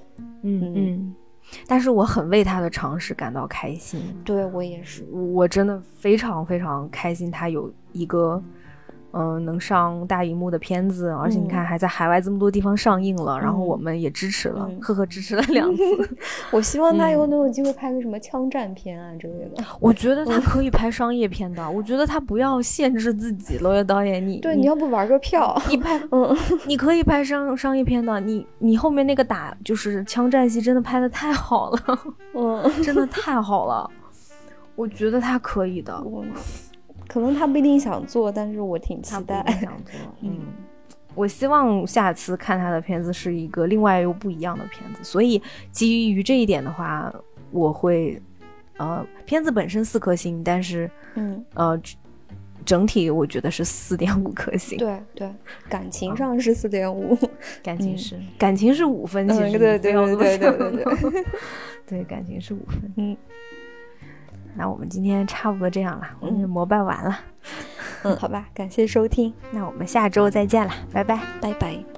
但是我很为他的尝试感到开心。 对，我也是， 我真的非常非常开心他有一个能上大荧幕的片子，而且你看还在海外这么多地方上映了，然后我们也支持了，呵呵支持了2次。 我希望他以后能有机会拍个什么枪战片啊之类的。 我觉得他可以拍商业片的，我觉得他不要限制自己。娄烨导演，你要不玩个票， 你拍，你可以拍商业片的，你后面那个就是枪战戏真的拍得太好了，真的太好了，我觉得他可以的。 可能他不一定想做，但是我挺期待。 他不一定想做，我希望下次看他的片子是一个另外又不一样的片子。所以基于这一点的话，我会片子本身4颗星，但是整体我觉得是4.5颗星。 对，感情上是4.5， 感情是5分，其实对， 对，感情是5分。那我们今天差不多这样了，我们膜拜完了。 好吧，感谢收听， 那我们下周再见了，拜拜， 拜拜。